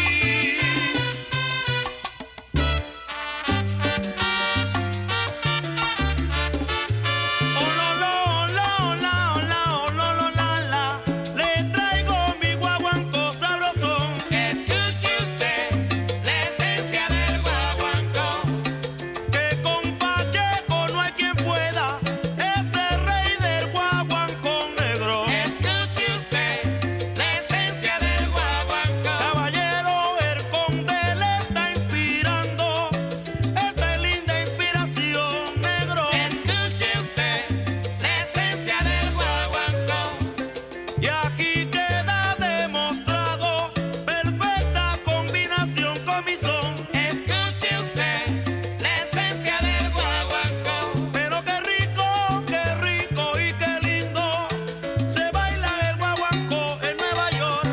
Oh, lo, lo, lo, la, la, oh, lo, lo, la, la. Le traigo mi guaguancó sabrosón. Escuche usted la esencia del guaguancó. Que con Pacheco no hay quien pueda, ese rey del guaguancó negro. Escuche usted la esencia del guaguancó. Caballero, el conde le está inspirando esta linda inspiración negro. Escuche usted la esencia del guaguancó. Y aquí queda demostrado perfecta combinación con mi son. Escuche usted la esencia del guaguancó. Pero qué rico, qué rico y qué lindo se baila el guaguancó en Nueva York.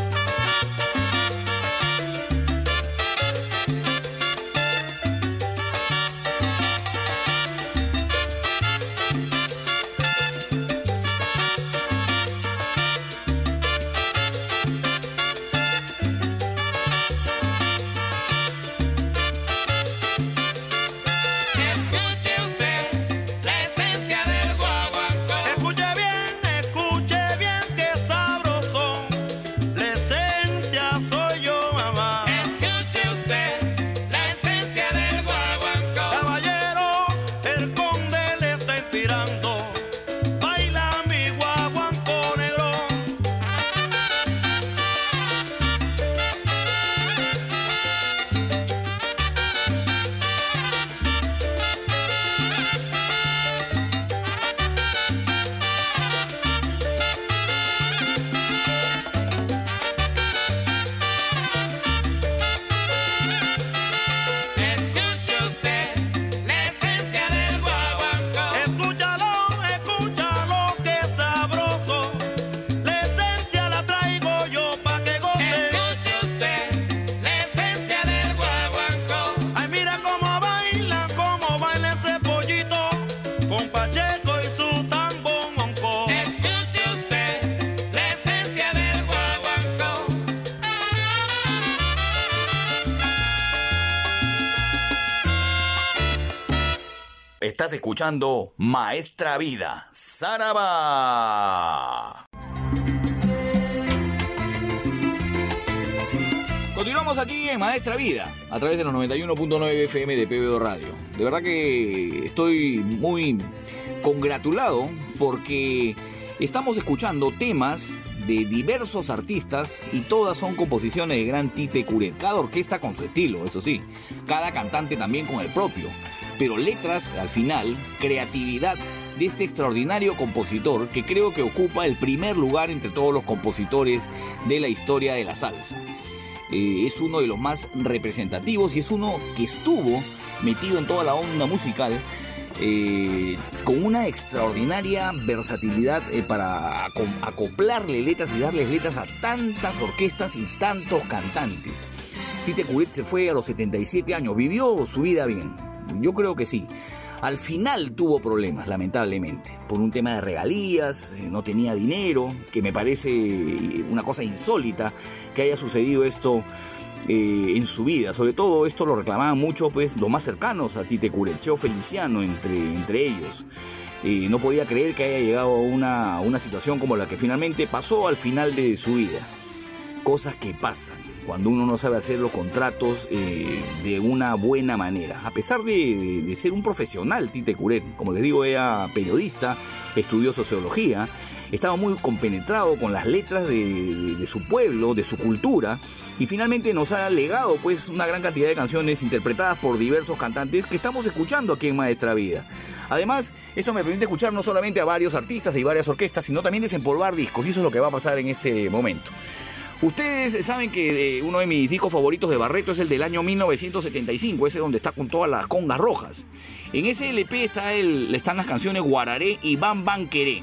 Escuche usted la esencia del guaguancó. Escuche bien, escuche bien que sabroso. La esencia soy yo, mamá. Escuche usted la esencia del guaguancó. Caballero, el conde le está inspirando. Baila mi guaguancó negro. Escuche usted la esencia del guaguancó. Escúchalo, escúchalo que sabroso. La esencia la traigo yo pa' que goce. Escuche usted la esencia del guaguancó. Ay, mira cómo baila, cómo baila ese pollito con Pacheco y su tambongonco. Escuche usted la esencia del guaguancó. Estás escuchando Maestra Vida, Saraba. Continuamos aquí en Maestra Vida, a través de los noventa y uno punto nueve F M de P B O Radio. De verdad que estoy muy congratulado porque estamos escuchando temas de diversos artistas y todas son composiciones de gran Tite Curet. Cada orquesta con su estilo, eso sí. Cada cantante también con el propio. Pero letras, al final, creatividad de este extraordinario compositor que creo que ocupa el primer lugar entre todos los compositores de la historia de la salsa. Eh, es uno de los más representativos y es uno que estuvo metido en toda la onda musical eh, con una extraordinaria versatilidad eh, para acoplarle letras y darles letras a tantas orquestas y tantos cantantes. Tite Curet se fue a los setenta y siete años, vivió su vida bien, yo creo que sí. Al final tuvo problemas, lamentablemente, por un tema de regalías, eh, no tenía dinero, que me parece una cosa insólita que haya sucedido esto eh, en su vida. Sobre todo esto lo reclamaban mucho pues los más cercanos a Tite Curet, Cheo Feliciano entre, entre ellos. Eh, no podía creer que haya llegado a una, una situación como la que finalmente pasó al final de su vida. Cosas que pasan cuando uno no sabe hacer los contratos eh, de una buena manera. A pesar de, de, de ser un profesional, Tite Curet, como les digo, era periodista, estudió sociología, estaba muy compenetrado con las letras de, de, de su pueblo, de su cultura, y finalmente nos ha legado pues una gran cantidad de canciones interpretadas por diversos cantantes que estamos escuchando aquí en Maestra Vida. Además, esto me permite escuchar no solamente a varios artistas y varias orquestas, sino también desempolvar discos, y eso es lo que va a pasar en este momento. Ustedes saben que uno de mis discos favoritos de Barreto es el del año mil novecientos setenta y cinco, ese donde está con todas las congas rojas. En ese L P está el, están las canciones Guararé y Bam Bam Queré.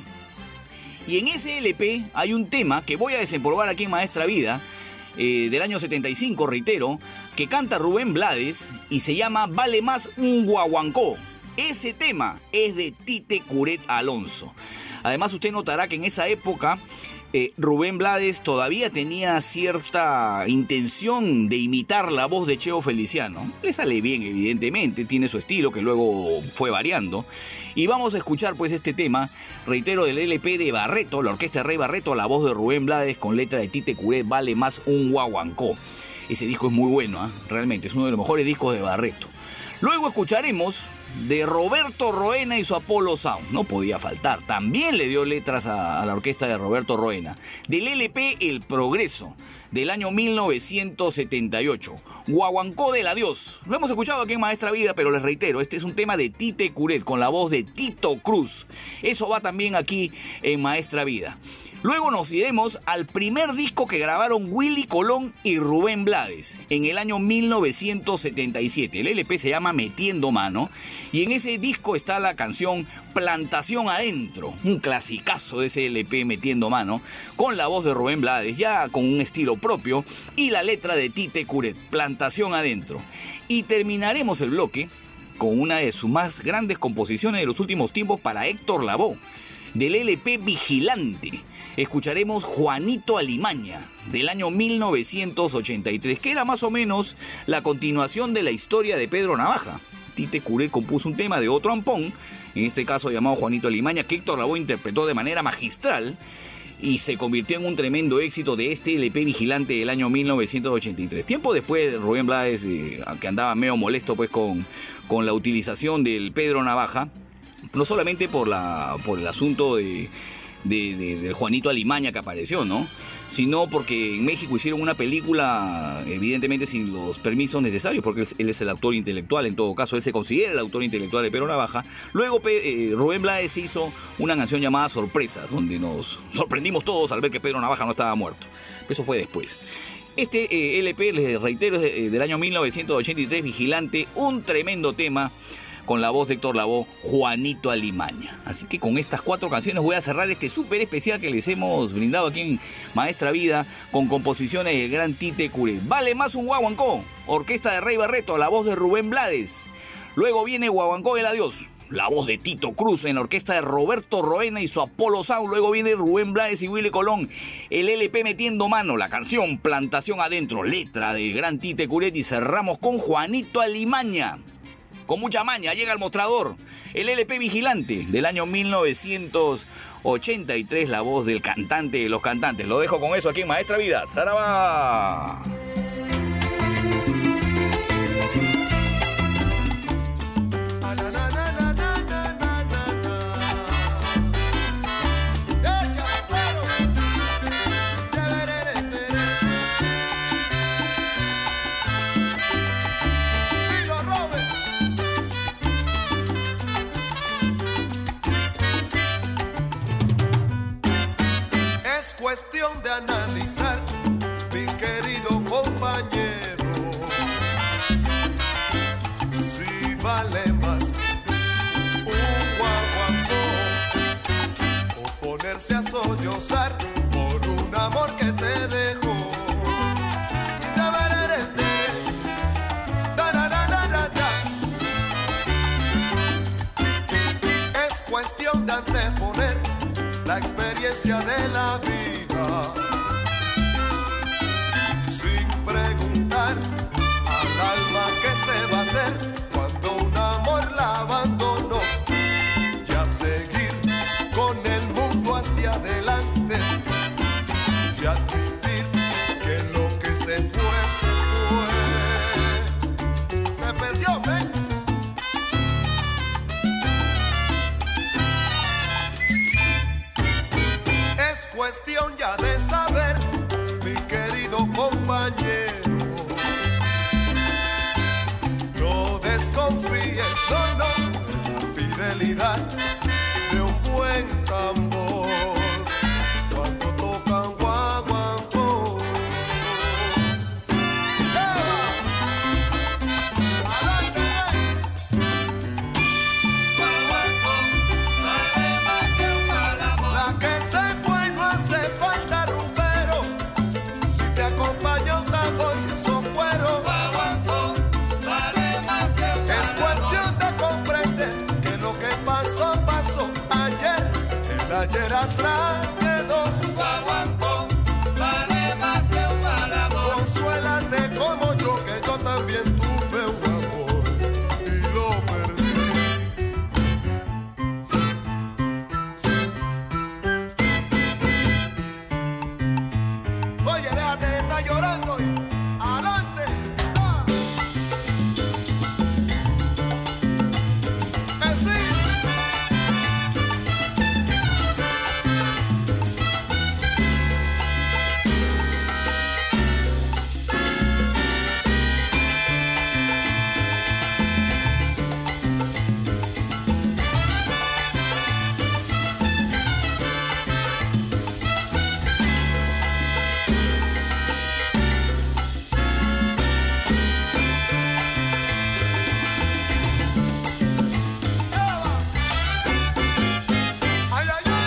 Y en ese L P hay un tema que voy a desempolvar aquí en Maestra Vida, eh, del año setenta y cinco, reitero, que canta Rubén Blades y se llama Vale Más un Guaguancó. Ese tema es de Tite Curet Alonso. Además, usted notará que en esa época Eh, Rubén Blades todavía tenía cierta intención de imitar la voz de Cheo Feliciano. Le sale bien, evidentemente, tiene su estilo que luego fue variando. Y vamos a escuchar pues este tema, reitero, del L P de Barreto, la orquesta de Rey Barreto, la voz de Rubén Blades con letra de Tite Curet, Vale Más un Guaguancó. Ese disco es muy bueno, ¿eh? Realmente es uno de los mejores discos de Barreto. Luego escucharemos de Roberto Roena y su Apollo Sound. No podía faltar. También le dio letras a, a la orquesta de Roberto Roena. Del L P El Progreso, del año mil novecientos setenta y ocho. Guaguancó del Adiós. Lo hemos escuchado aquí en Maestra Vida, pero les reitero, este es un tema de Tite Curet con la voz de Tito Cruz. Eso va también aquí en Maestra Vida. Luego nos iremos al primer disco que grabaron Willy Colón y Rubén Blades en el año mil novecientos setenta y siete. El L P se llama Metiendo Mano y en ese disco está la canción Plantación Adentro, un clasicazo de ese L P Metiendo Mano, con la voz de Rubén Blades, ya con un estilo propio, y la letra de Tite Curet, Plantación Adentro. Y terminaremos el bloque con una de sus más grandes composiciones de los últimos tiempos para Héctor Lavoe, del L P Vigilante. Escucharemos Juanito Alimaña, del año mil novecientos ochenta y tres, que era más o menos la continuación de la historia de Pedro Navaja. Tite Curet compuso un tema de otro ampón, en este caso llamado Juanito Alimaña, que Héctor Lavoe interpretó de manera magistral y se convirtió en un tremendo éxito de este L P Vigilante del año mil novecientos ochenta y tres. Tiempo después, Rubén Blades, eh, que andaba medio molesto pues con, con la utilización del Pedro Navaja, no solamente por, la, por el asunto de... De, de, de Juanito Alimaña que apareció, ¿no? Sino porque en México hicieron una película, evidentemente sin los permisos necesarios, porque él, él es el autor intelectual, en todo caso, él se considera el autor intelectual de Pedro Navaja. Luego eh, Rubén Blades hizo una canción llamada Sorpresas, donde nos sorprendimos todos al ver que Pedro Navaja no estaba muerto. Eso fue después. Este eh, L P, les reitero, es eh, del año mil novecientos ochenta y tres, Vigilante, un tremendo tema con la voz de Héctor Lavoe, Juanito Alimaña. Así que con estas cuatro canciones voy a cerrar este súper especial que les hemos brindado aquí en Maestra Vida, con composiciones del gran Tite Curet. Vale Más un Guaguancó, orquesta de Rey Barreto, la voz de Rubén Blades. Luego viene Guaguancó del Adiós, la voz de Tito Cruz en la orquesta de Roberto Roena y su Apollo Sound. Luego viene Rubén Blades y Willy Colón, el L P Metiendo Mano, la canción Plantación Adentro, letra del gran Tite Curet. Y cerramos con Juanito Alimaña, con mucha maña, llega al mostrador, el L P Vigilante del año mil novecientos ochenta y tres, la voz del cantante de los cantantes. Lo dejo con eso aquí en Maestra Vida. ¡Saraba! Cuestión de analizar, mi querido compañero, si vale más un guaguancó o ponerse a sollozar por un amor que te dejó. Es cuestión de anteponer la experiencia de la vida, sin preguntar cuestión ya de saber, mi querido compañero. No desconfíes, no, no, de la fidelidad de un buen tambor cuando tocan guaguancó. La que se fue no hace falta rumbero, si te acompaña un tambor y esos cueros. Es cuestión de comprender que lo que pasó, pasó ayer, el ayer atrás quedó. Consuélate como yo, que yo también tuve un amor y lo perdí. Oye, déjate de estar llorando y adelante. Ah. Eh, sí. Ay, ay, ay.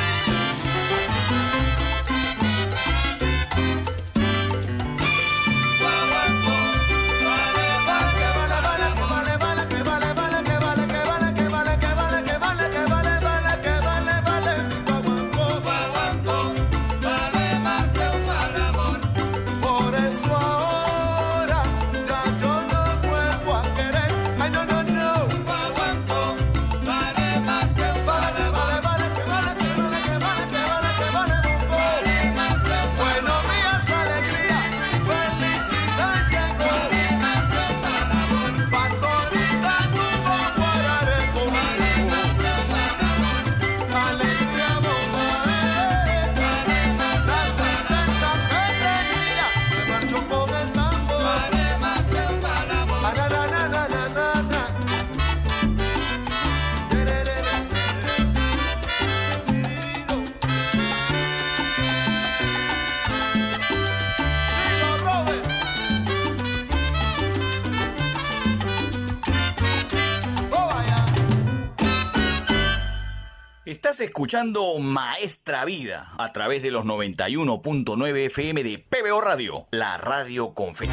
Por eso ahora ya yo no vuelvo a querer. Ay, no, no, no. Vale, vale, que vale, que vale, que vale, que vale, que vale, que vale, buscó. Buenos días, alegría, felicidad llegó. Pastorita, tuvo guardaré conmigo. Alegría, bomba, eh. La tristeza que tenía se marchó con el tambor. Ah, na, na, na, na, na, na, na. Dilo, Robert. Oh, vaya. Estás escuchando Maestra Vida a través de los noventa y uno punto nueve F M de P B O Radio, la radio con fe.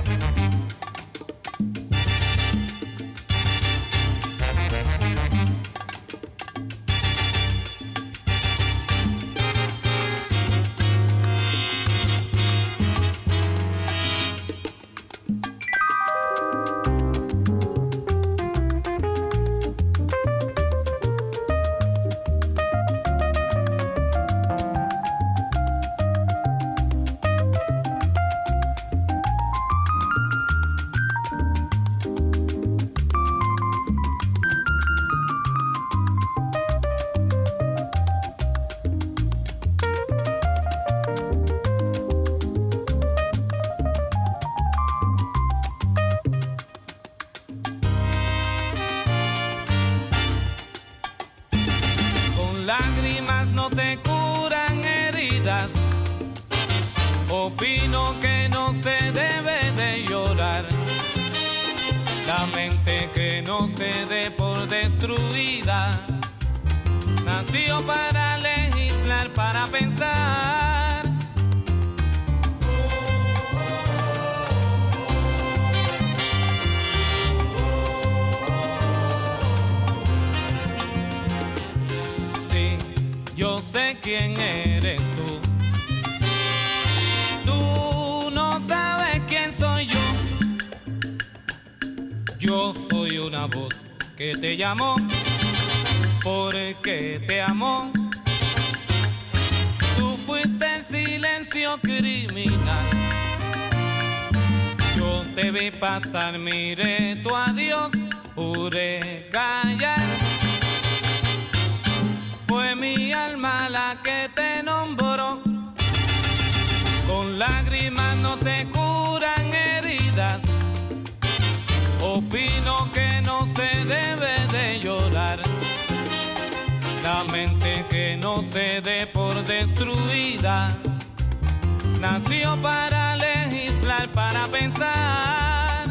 Con lágrimas no se curan heridas. Opino que no se debe de llorar. La mente que no se dé por destruida nació para legislar, para pensar. Sí, yo sé quién eres tú. Tú no sabes quién soy yo. Yo soy una voz que te llamó porque te amó. Tú fuiste el silencio criminal. Yo te vi pasar, miré tu adiós, juré callar. Fue mi alma la que te nombró. mente que no se dé por destruida. Nació para legislar, para pensar.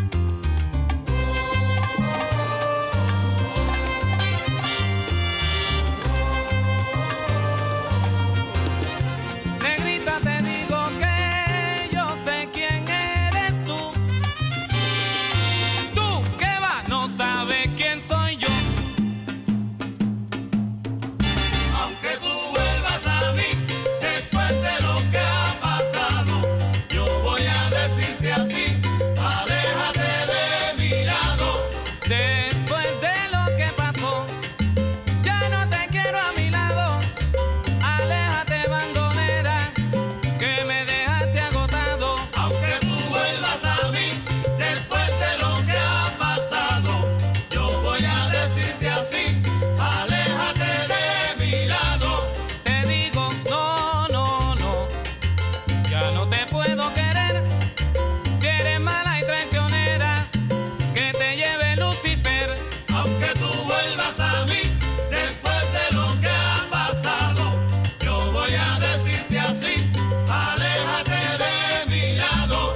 Negrita, te digo que yo sé quién eres tú. Tú, ¿qué va? No sabes quién soy yo. Aunque tú vuelvas a mí después de lo que ha pasado, yo voy a decirte así: aléjate de mi lado. Después de lo que pasó, ya no te quiero a mi lado. Aléjate, bandolera, que me dejaste agotado. Aunque tú vuelvas a mí después de lo que ha pasado, yo voy a decirte así: aléjate de mi lado. Te digo, no, no, no, ya no te puedo querer. Si eres mala y traicionera, que te lleve Lucifer. Aunque tú vuelvas a mí después de lo que ha pasado, yo voy a decirte así: aléjate de mi lado.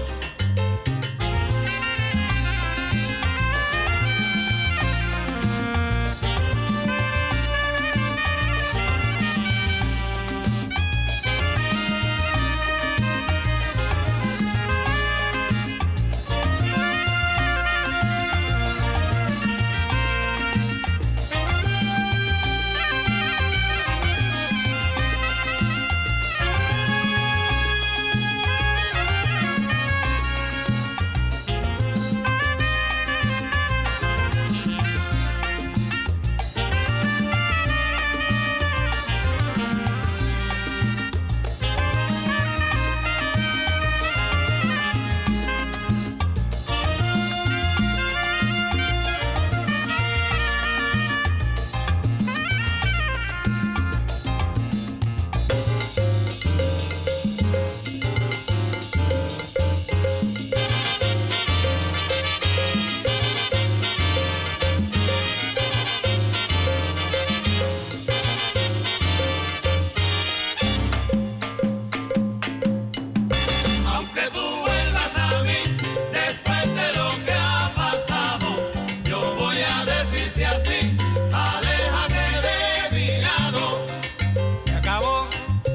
Aunque tú vuelvas a mí después de lo que ha pasado, yo voy a decirte así: aléjate de mi lado. Se acabó,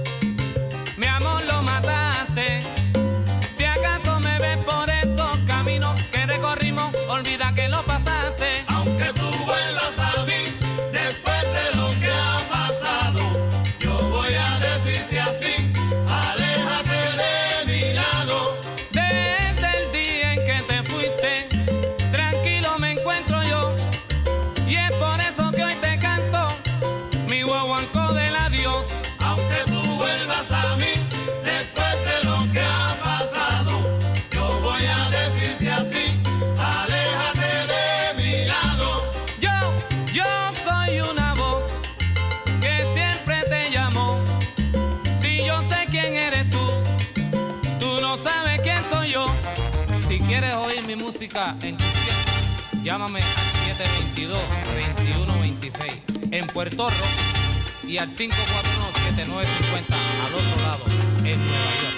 mi amor, lo mataste. Si acaso me ves por esos caminos que recorrimos, olvida que lo pasaste. Aunque tú vuelvas a mí después de lo que ha pasado, yo voy a decirte así: aléjate de mi lado. Desde el día en que te fuiste, tranquilo me encuentro yo. Y es por eso que hoy te canto mi guaguancó del adiós. Aunque tú vuelvas a mí después de lo que ha pasado, yo voy a decirte así: aléjate de mi lado. Yo, yo soy una voz que siempre te llamó. Si yo sé quién eres tú, tú no sabes quién soy yo. Si quieres oír mi música en tu tiempo, llámame al siete dos dos, dos uno dos seis en Puerto Rico y al cinco cuatro uno, siete nueve cinco cero al otro lado en Nueva York.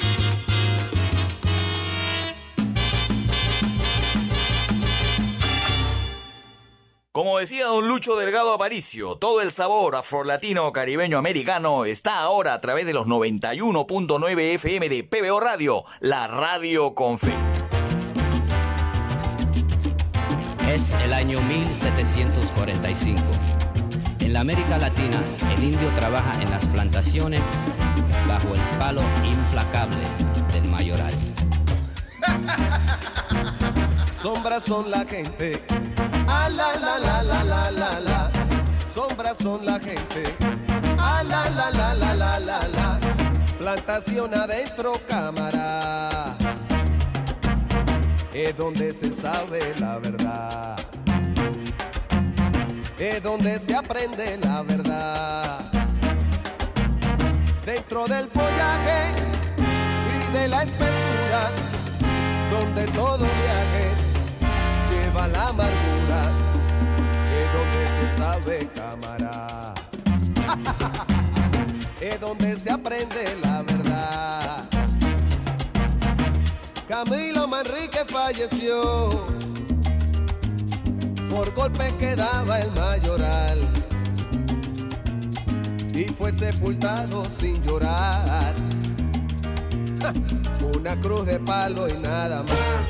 Como decía don Lucho Delgado Aparicio, todo el sabor afrolatino, caribeño, americano está ahora a través de los noventa y uno punto nueve F M de P B O Radio, la radio con fe. Es el año mil setecientos cuarenta y cinco. En la América Latina, el indio trabaja en las plantaciones bajo el palo implacable del mayoral. Sombras son la gente, ah, la, la, la, la, la, la, la. Sombras son la gente, ah, la, la, la, la, la, la, la. Plantación adentro, cámara, es donde se sabe la verdad, es donde se aprende la verdad. Dentro del follaje y de la espesura, donde todo viaje lleva la amargura, es donde se sabe, cámara. es donde se aprende la verdad. Camilo Manrique falleció por golpes que daba el mayoral y fue sepultado sin llorar. ¡Ja! Una cruz de palo y nada más.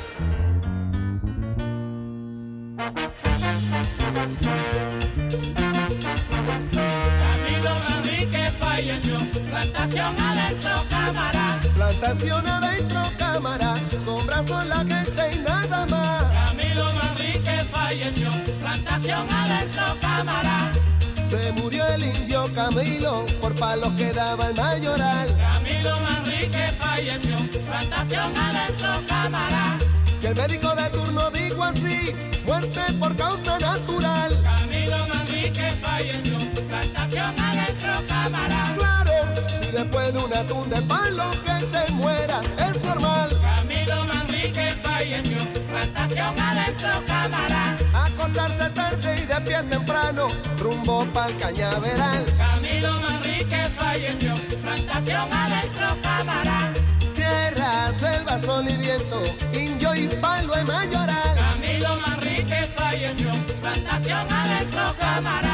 Camilo Manrique falleció, plantación adentro cámara. Plantación adentro cámara, sombras son la gente y nada más. Camilo Manrique falleció, plantación adentro cámara. Se murió el indio Camilo por palos que daba el mayoral. Camilo Manrique falleció, plantación adentro cámara. Y el médico de turno dijo así, muerte por causa natural. Camilo Manrique falleció, plantación adentro cámara. Claro, si después de una tunda de palo que te mueras es normal. Camilo Manrique falleció, plantación adentro cámara. Acostarse tarde y de pie temprano, rumbo pa'l cañaveral. Camilo Manrique falleció, plantación adentro cámara. Tierra, selva, sol y viento, indio y palo y mayoral. Camilo Manrique falleció, plantación adentro cámara.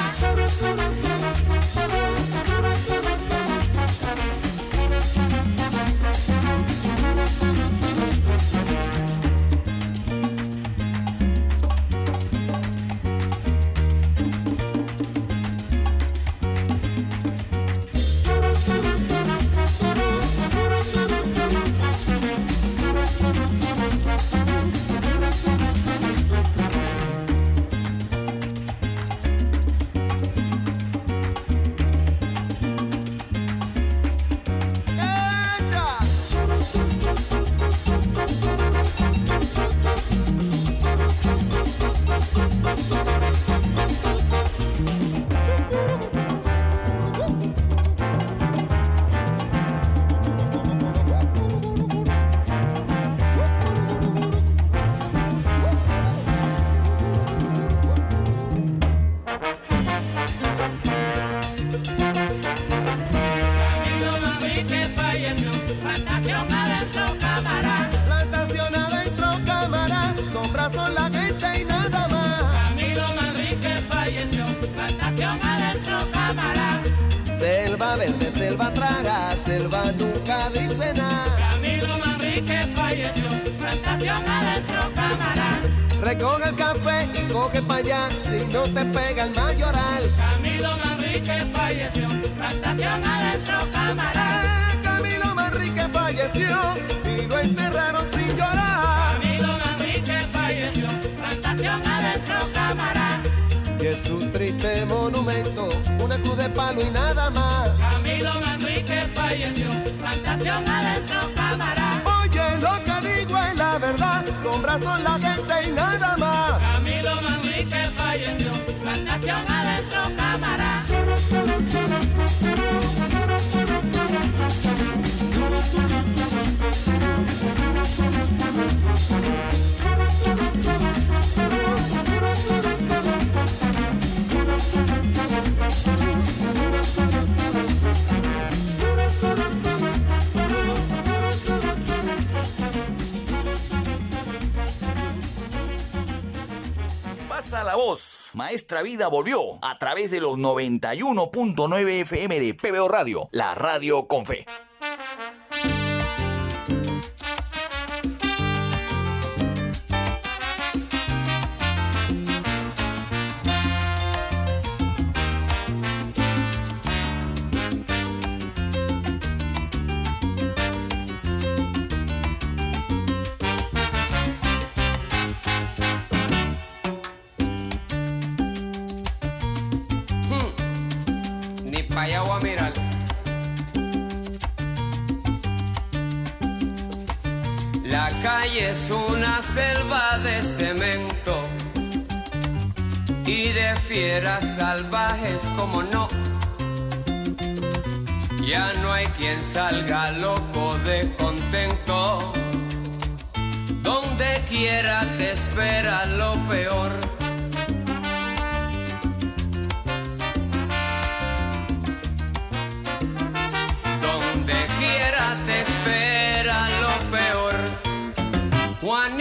Verde, selva traga, selva nunca dice nada. Camilo Manrique falleció, plantación adentro cámara. Recoge el café y coge pa' allá, si no te pega el mayoral. Camilo Manrique falleció, plantación adentro cámara. Eh, Camilo Manrique falleció y lo enterraron sin llorar. Camilo Manrique falleció, plantación adentro cámara. Y es un triste monumento, una cruz de palo y nada más. Camilo Manrique falleció, plantación adentro cámara. Oye, lo que digo es la verdad, sombras son la gente y nada más. Camilo Manrique falleció, plantación adentro cámara. Pasa la voz, Maestra Vida volvió a través de los noventa y uno punto nueve F M de P B O Radio, la radio con fe. Allá voy a mirar. La calle es una selva de cemento y de fieras salvajes como no. Ya no hay quien salga loco de contento. Donde quiera te espera lo peor.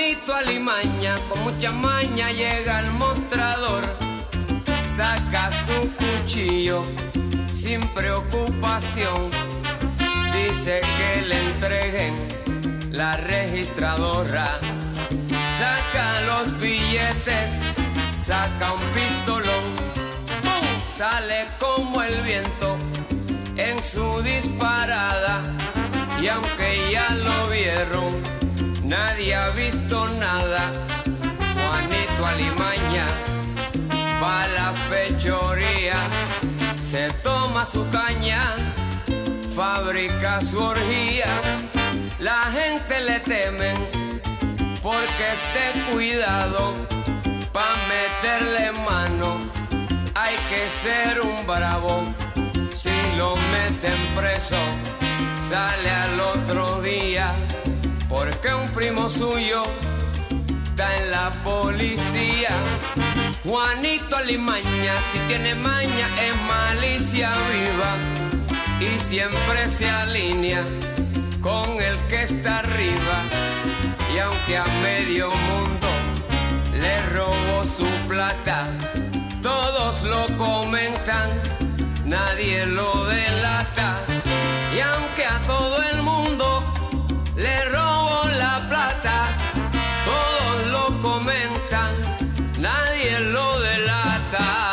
Juanito Alimaña con mucha maña llega al mostrador, saca su cuchillo sin preocupación, dice que le entreguen la registradora, saca los billetes, saca un pistolón, ¡pum! Sale como el viento en su disparada, y aunque ya lo vieron, nadie ha visto nada. Juanito Alimaña va la fechoría, se toma su caña, fabrica su orgía. La gente le temen porque esté cuidado, pa' meterle mano hay que ser un bravo. Si lo meten preso, sale al otro día, porque un primo suyo está en la policía. Juanito Alimaña, si tiene maña, es malicia viva, y siempre se alinea con el que está arriba. Y aunque a medio mundo le robó su plata, todos lo comentan, nadie lo delata. Y aunque a todo el mundo le robó la plata, todos lo comentan, nadie lo delata.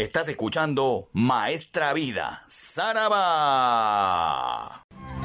Estás escuchando Maestra Vida, Saraba.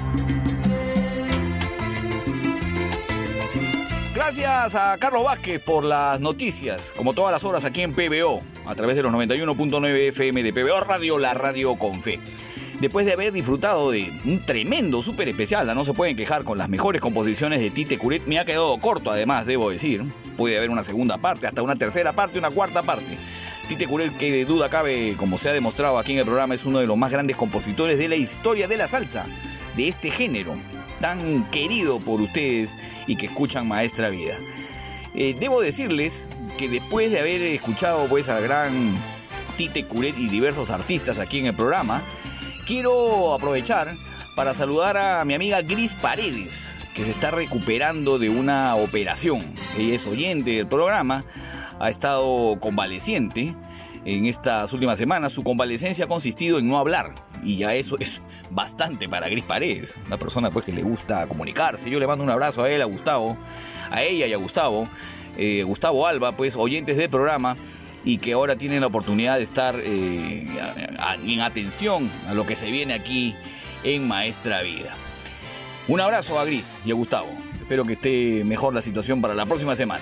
Gracias a Carlos Vázquez por las noticias, como todas las horas aquí en P B O, a través de los noventa y uno punto nueve F M de P B O Radio, la radio con fe. Después de haber disfrutado de un tremendo, súper especial, no se pueden quejar, con las mejores composiciones de Tite Curet, me ha quedado corto además, debo decir. Puede haber una segunda parte, hasta una tercera parte, una cuarta parte. Tite Curet, que de duda cabe, como se ha demostrado aquí en el programa, es uno de los más grandes compositores de la historia de la salsa, de este género, tan querido por ustedes y que escuchan Maestra Vida. Eh, debo decirles que después de haber escuchado pues al gran Tite Curet y diversos artistas aquí en el programa, quiero aprovechar para saludar a mi amiga Gris Paredes, que se está recuperando de una operación. Ella es oyente del programa, ha estado convaleciente en estas últimas semanas. Su convalecencia ha consistido en no hablar, y ya eso es bastante para Gris Paredes, una persona pues que le gusta comunicarse. Yo le mando un abrazo a él, a Gustavo, a ella y a Gustavo, eh, Gustavo Alba, pues oyentes del programa, y que ahora tienen la oportunidad de estar eh, a, a, en atención a lo que se viene aquí en Maestra Vida. Un abrazo a Gris y a Gustavo. Espero que esté mejor la situación para la próxima semana.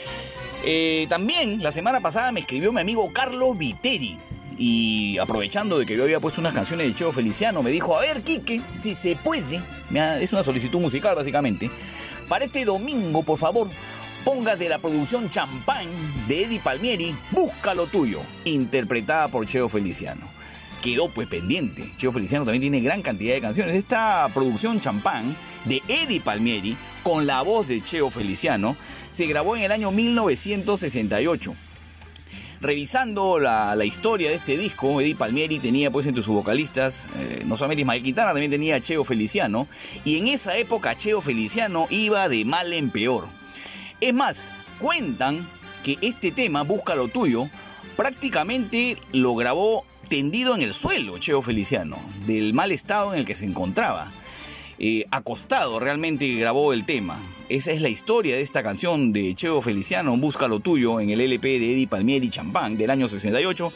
Eh, también la semana pasada me escribió mi amigo Carlos Viteri, y aprovechando de que yo había puesto unas canciones de Cheo Feliciano, me dijo: a ver, Quique, si se puede, es una solicitud musical básicamente, para este domingo, por favor, ponga de la producción Champán de Eddie Palmieri, Busca lo tuyo, interpretada por Cheo Feliciano. Quedó pues pendiente. Cheo Feliciano también tiene gran cantidad de canciones. Esta producción Champán de Eddie Palmieri, con la voz de Cheo Feliciano, se grabó en el año mil novecientos sesenta y ocho. Revisando la, la historia de este disco, Eddie Palmieri tenía pues entre sus vocalistas eh, no solamente Ismael Quintana, también tenía a Cheo Feliciano, y en esa época Cheo Feliciano iba de mal en peor. Es más, cuentan que este tema, Busca lo tuyo, prácticamente lo grabó tendido en el suelo Cheo Feliciano, del mal estado en el que se encontraba. Eh, acostado realmente grabó el tema. Esa es la historia de esta canción de Cheo Feliciano, Busca lo tuyo, en el L P de Eddie Palmieri Champán del año sesenta y ocho.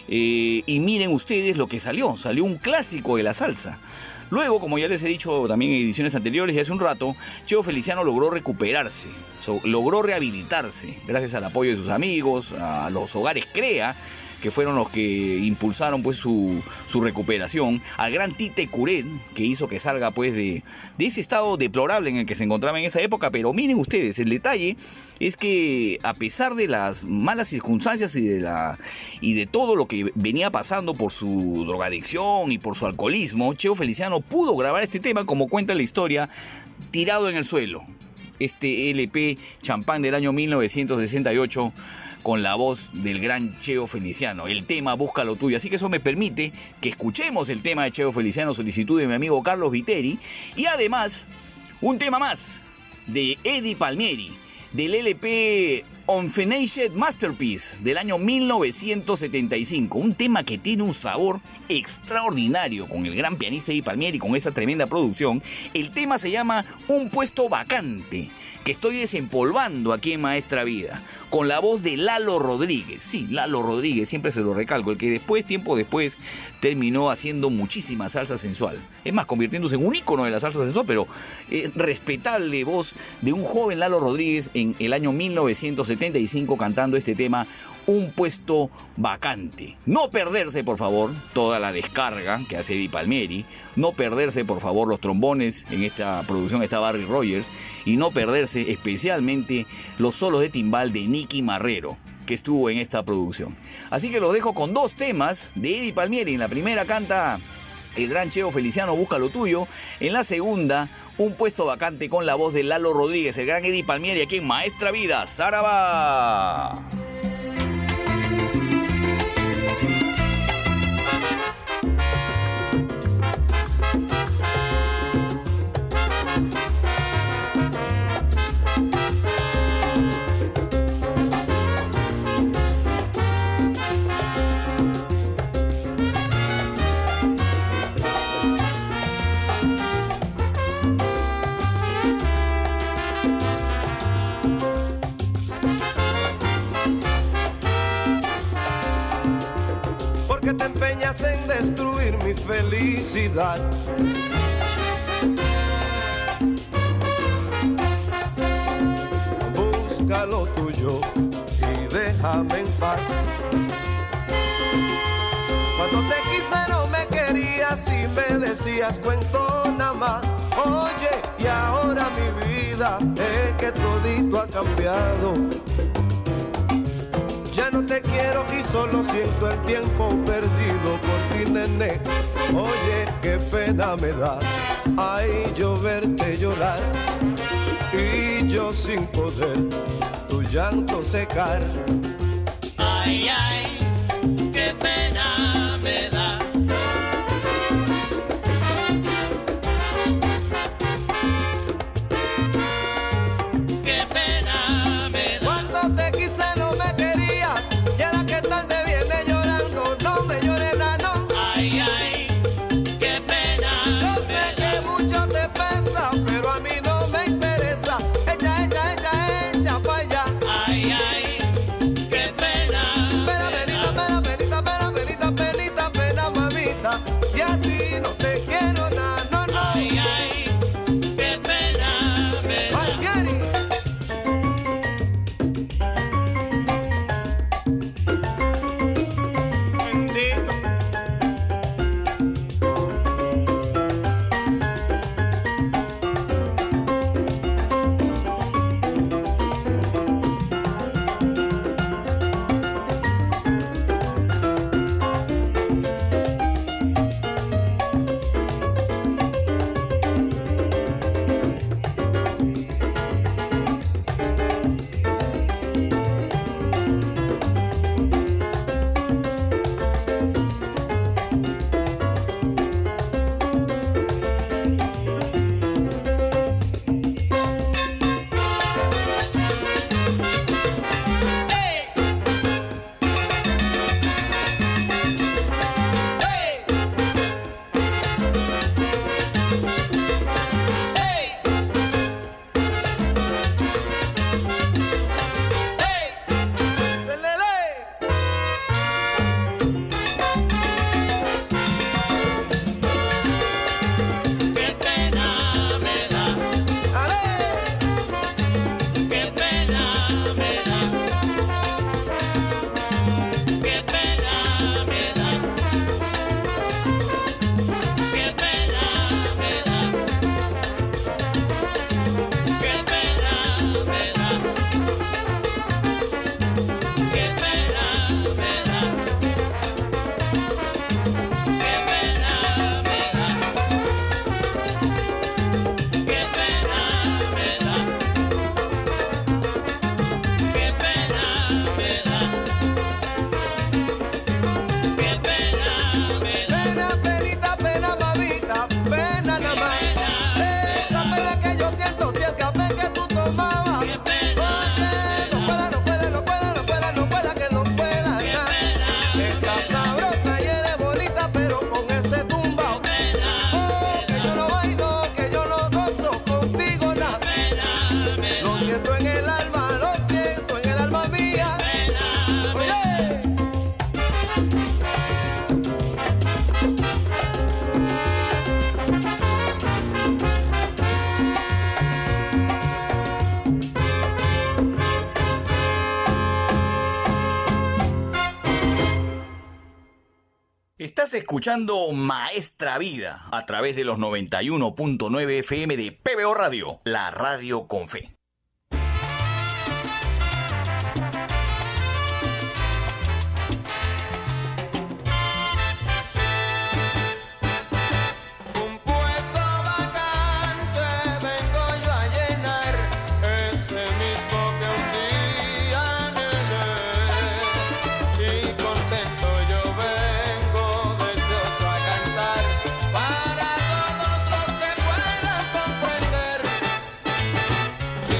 Eh, y miren ustedes lo que salió, salió un clásico de la salsa. Luego, como ya les he dicho también en ediciones anteriores y hace un rato, Cheo Feliciano logró recuperarse, so, logró rehabilitarse, gracias al apoyo de sus amigos, a los hogares CREA, que fueron los que impulsaron pues su, su recuperación, al gran Tite Curet, que hizo que salga pues de, de ese estado deplorable en el que se encontraba en esa época. Pero miren ustedes, el detalle es que a pesar de las malas circunstancias y de, la, y de todo lo que venía pasando por su drogadicción y por su alcoholismo, Cheo Feliciano pudo grabar este tema, como cuenta la historia, tirado en el suelo. Este L P Champán del año mil novecientos sesenta y ocho, con la voz del gran Cheo Feliciano, el tema Busca lo tuyo. Así que eso me permite que escuchemos el tema de Cheo Feliciano, solicitud de mi amigo Carlos Viteri, y además un tema más de Eddie Palmieri, del L P Unfinished Masterpiece del año mil novecientos setenta y cinco, un tema que tiene un sabor extraordinario con el gran pianista Eddie Palmieri, con esa tremenda producción. El tema se llama Un puesto vacante, que estoy desempolvando aquí en Maestra Vida, con la voz de Lalo Rodríguez. Sí, Lalo Rodríguez, siempre se lo recalco, el que después, tiempo después, terminó haciendo muchísima salsa sensual. Es más, convirtiéndose en un ícono de la salsa sensual, pero eh, respetable voz de un joven Lalo Rodríguez en el año mil novecientos setenta y cinco, cantando este tema, Un puesto vacante. No perderse, por favor, toda la descarga que hace Eddie Palmieri. No perderse, por favor, los trombones. En esta producción está Barry Rogers. Y no perderse especialmente los solos de timbal de Nicky Marrero, que estuvo en esta producción. Así que los dejo con dos temas de Eddie Palmieri. En la primera canta el gran Cheo Feliciano, Busca lo tuyo. En la segunda, Un puesto vacante, con la voz de Lalo Rodríguez, el gran Eddie Palmieri, aquí en Maestra Vida, Saraba. porque te empeñas en destruir mi felicidad. Busca lo tuyo y déjame en paz. Cuando te quise no me querías y me decías cuento nada más. Oye, y ahora mi vida es que todito ha cambiado. Ya no te quiero y solo siento el tiempo perdido por ti, nene. Oye, qué pena me da, ay, yo verte llorar y yo sin poder tu llanto secar. Ay, ay, qué pena me da. Qué pena me da. Cuando te quise no me quería y ahora que tarde viene llorando, no me llores la no. Ay, ay, qué pena. Yo sé que mucho te pesa, pero a mí no me interesa. Echa, echa, echa, echa pa' allá. Ay, ay, qué pena. Pena, penita, pena, penita, pena, penita, penita, pena, mamita. Y a ti no te quiero nada, no, no. Ay, ay, qué pena me da. Marguerite. Bendito. Qué pena me da. Qué pena me da. Qué pena me da. Qué pena me da. Qué pena me da. Qué pena me da. Qué pena me da. Qué pena me da. Qué pena me da. Qué pena me da. Pena, penita, pena, mamita, pena nada más. Esa pena que yo siento si el café que tú tomabas. Qué pena Oye, no cuela, no cuela, no cuela, no cuela, no cuela, que no cuela nada. Estás sabrosa y eres bonita, pero con ese tumbao. Oh, que yo no bailo, que yo no gozo contigo nada. Lo siento en el alma, lo siento en el alma mía. Oye. Estás escuchando Maestra Vida a través de los noventa y uno punto nueve F M de P B O Radio, la radio con fe. Un puesto vacante vengo yo a llenar, ese mismo que un día anhelé. Y contento yo vengo, deseoso a cantar, para todos los que puedan comprender. Si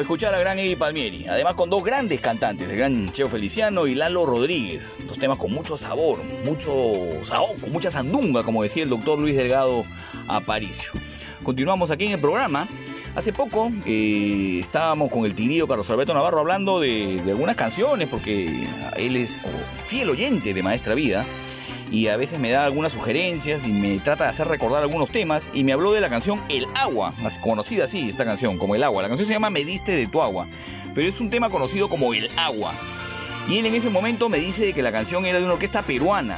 escuchar a gran Eddie Palmieri, además con dos grandes cantantes, el gran Cheo Feliciano y Lalo Rodríguez. Dos temas con mucho sabor, mucho saoco, mucha sandunga, como decía el doctor Luis Delgado Aparicio. Continuamos aquí en el programa. Hace poco eh, estábamos con el tirío Carlos Alberto Navarro hablando de, de algunas canciones, porque él es fiel oyente de Maestra Vida y a veces me da algunas sugerencias y me trata de hacer recordar algunos temas, y me habló de la canción El Agua, más conocida así esta canción, como El Agua. La canción se llama Me diste de tu agua, pero es un tema conocido como El Agua. Y él en ese momento me dice que la canción era de una orquesta peruana.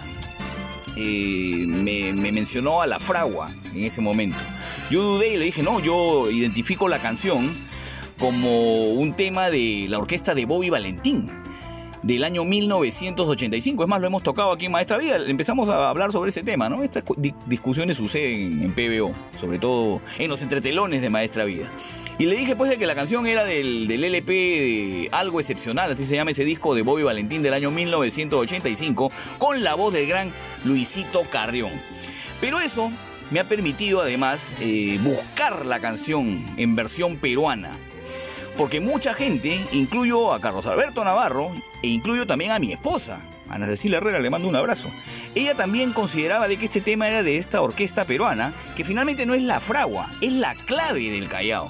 Eh, me, me mencionó a La Fragua en ese momento. Yo dudé y le dije, no, yo identifico la canción como un tema de la orquesta de Bobby Valentín, del año mil novecientos ochenta y cinco. Es más, lo hemos tocado aquí en Maestra Vida. Empezamos a hablar sobre ese tema, ¿no? Estas discusiones suceden en P B O, sobre todo en los entretelones de Maestra Vida. Y le dije pues de que la canción era del, del L P de Algo Excepcional, así se llama ese disco de Bobby Valentín del año mil novecientos ochenta y cinco, con la voz del gran Luisito Carrión. Pero eso me ha permitido además eh, buscar la canción en versión peruana, porque mucha gente, incluyo a Carlos Alberto Navarro e incluyo también a mi esposa, Ana Cecilia Herrera, le mando un abrazo. Ella también consideraba de que este tema era de esta orquesta peruana, que finalmente no es La Fragua, es La Clave del Callao.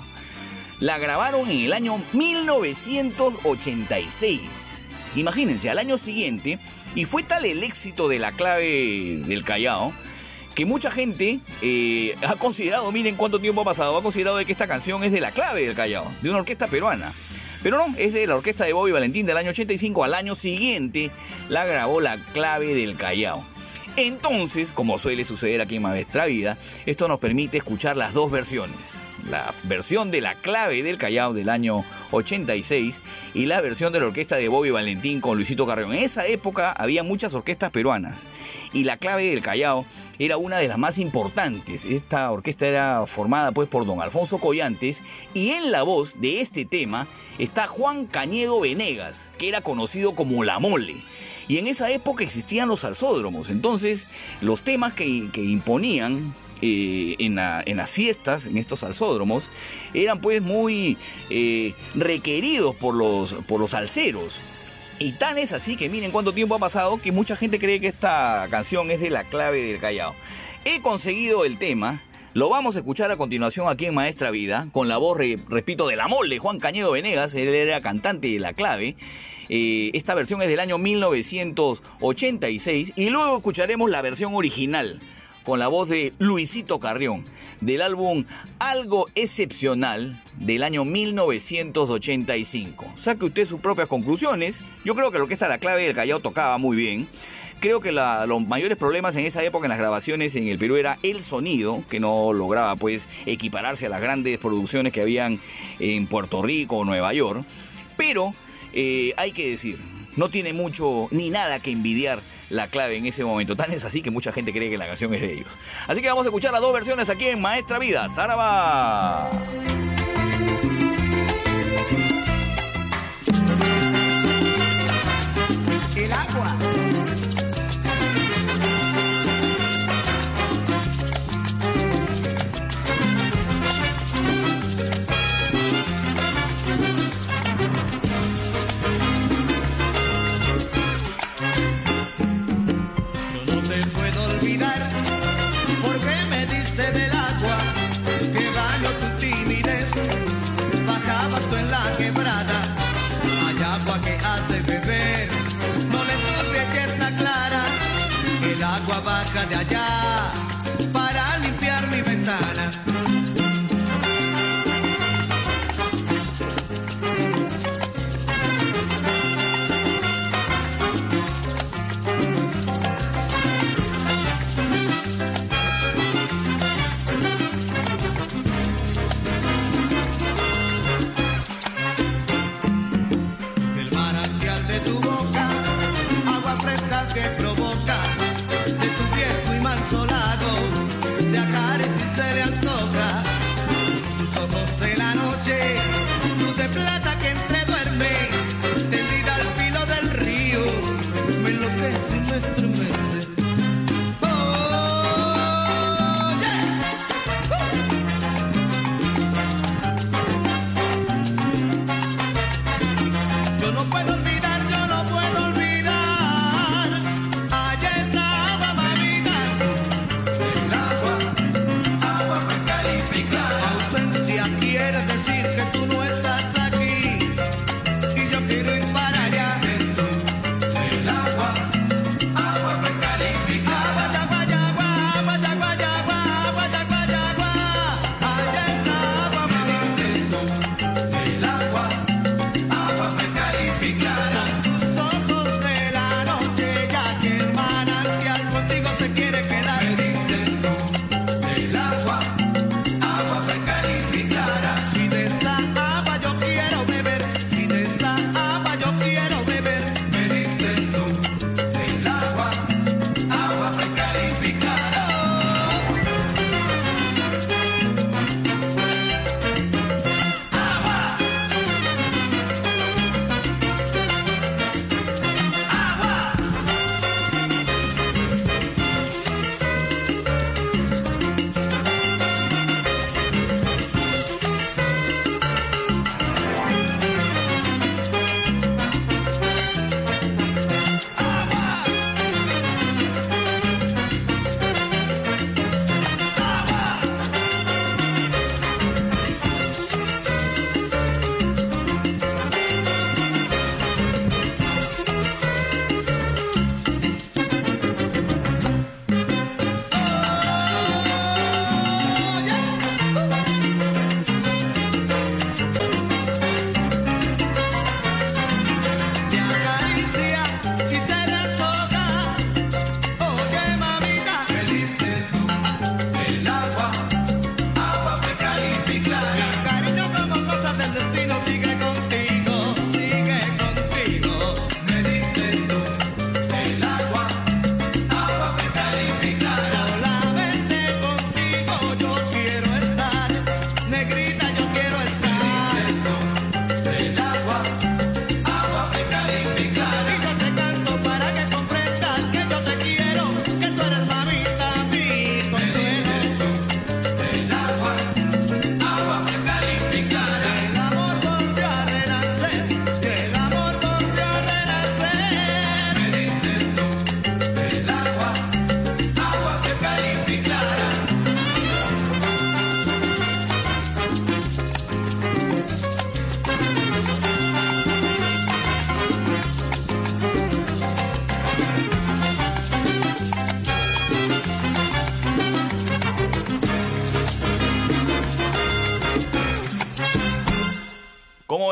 La grabaron en el año mil novecientos ochenta y seis. Imagínense, al año siguiente, y fue tal el éxito de La Clave del Callao, que mucha gente eh, ha considerado, miren cuánto tiempo ha pasado, ha considerado de que esta canción es de La Clave del Callao, de una orquesta peruana. Pero no, es de la orquesta de Bobby Valentín del año ochenta y cinco. Al año siguiente la grabó La Clave del Callao. Entonces, como suele suceder aquí en Maestra Vida, esto nos permite escuchar las dos versiones. La versión de La Clave del Callao del año ochenta y seis y la versión de la orquesta de Bobby Valentín con Luisito Carrión. En esa época había muchas orquestas peruanas y La Clave del Callao era una de las más importantes. Esta orquesta era formada pues por don Alfonso Collantes, y en la voz de este tema está Juan Cañedo Venegas, que era conocido como La Mole. Y en esa época existían los salsódromos, entonces los temas que, que imponían eh, en, la, en las fiestas, en estos salsódromos, eran pues muy eh, requeridos por los, por los salseros. Y tan es así que miren cuánto tiempo ha pasado que mucha gente cree que esta canción es de La Clave del Callao. He conseguido el tema, lo vamos a escuchar a continuación aquí en Maestra Vida, con la voz, re, repito, de La Mole, Juan Cañedo Venegas, él era cantante de La Clave. Eh, esta versión es del año mil novecientos ochenta y seis, y luego escucharemos la versión original con la voz de Luisito Carrión del álbum Algo Excepcional del año mil novecientos ochenta y cinco. Saque usted sus propias conclusiones. Yo creo que lo que está La Clave del Callao tocaba muy bien. Creo que la, los mayores problemas en esa época en las grabaciones en el Perú era el sonido, que no lograba pues equipararse a las grandes producciones que habían en Puerto Rico o Nueva York. Pero Eh, hay que decir, no tiene mucho ni nada que envidiar La Clave en ese momento. Tan es así que mucha gente cree que la canción es de ellos. Así que vamos a escuchar las dos versiones aquí en Maestra Vida. ¡Zaraba! El agua. Que has de beber, no le toque tierna clara, el agua baja de allá para limpiar mi ventana. Que provoca de tu viejo y manso lago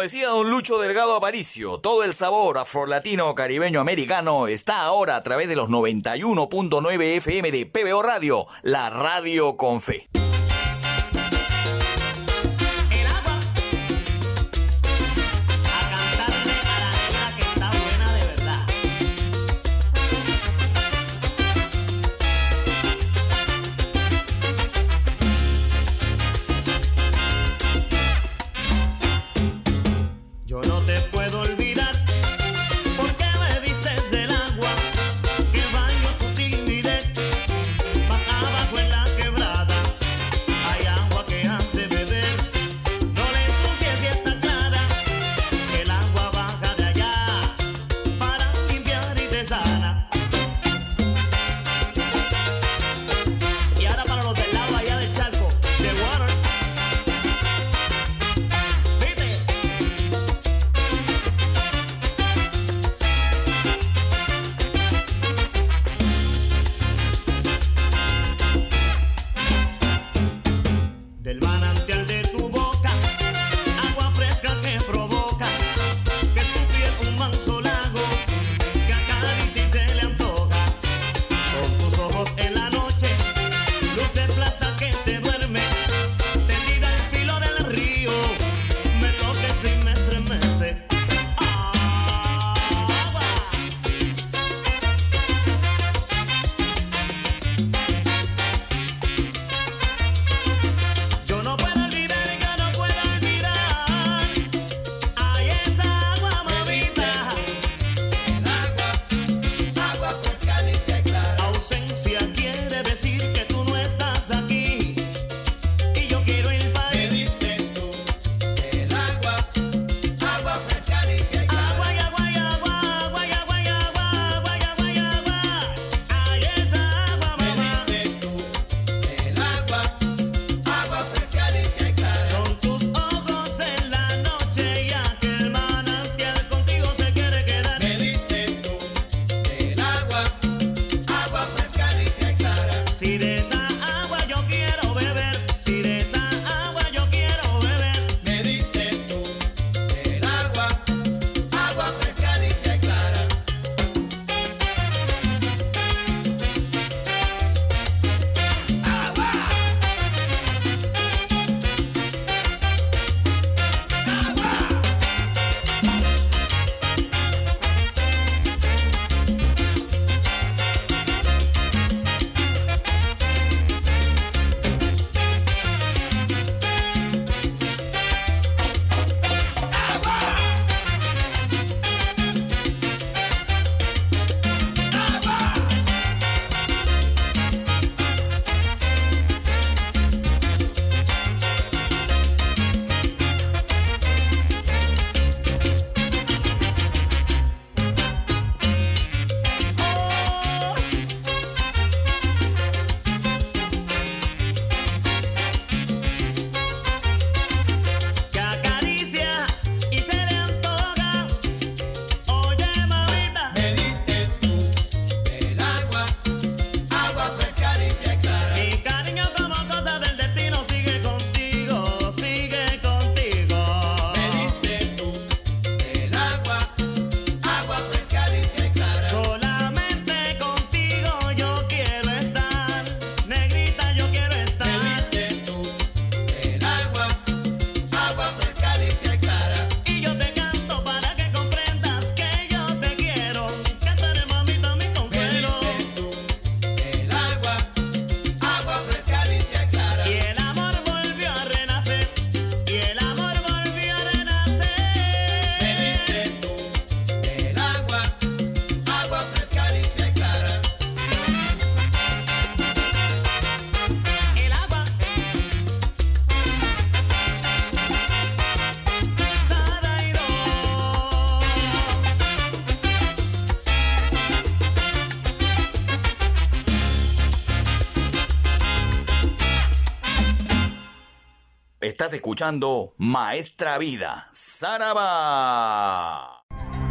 Como decía don Lucho Delgado Aparicio, todo el sabor afrolatino caribeño americano está ahora a través de los noventa y uno punto nueve F M de P B O Radio, la radio con fe. Estás escuchando Maestra Vida, Saraba.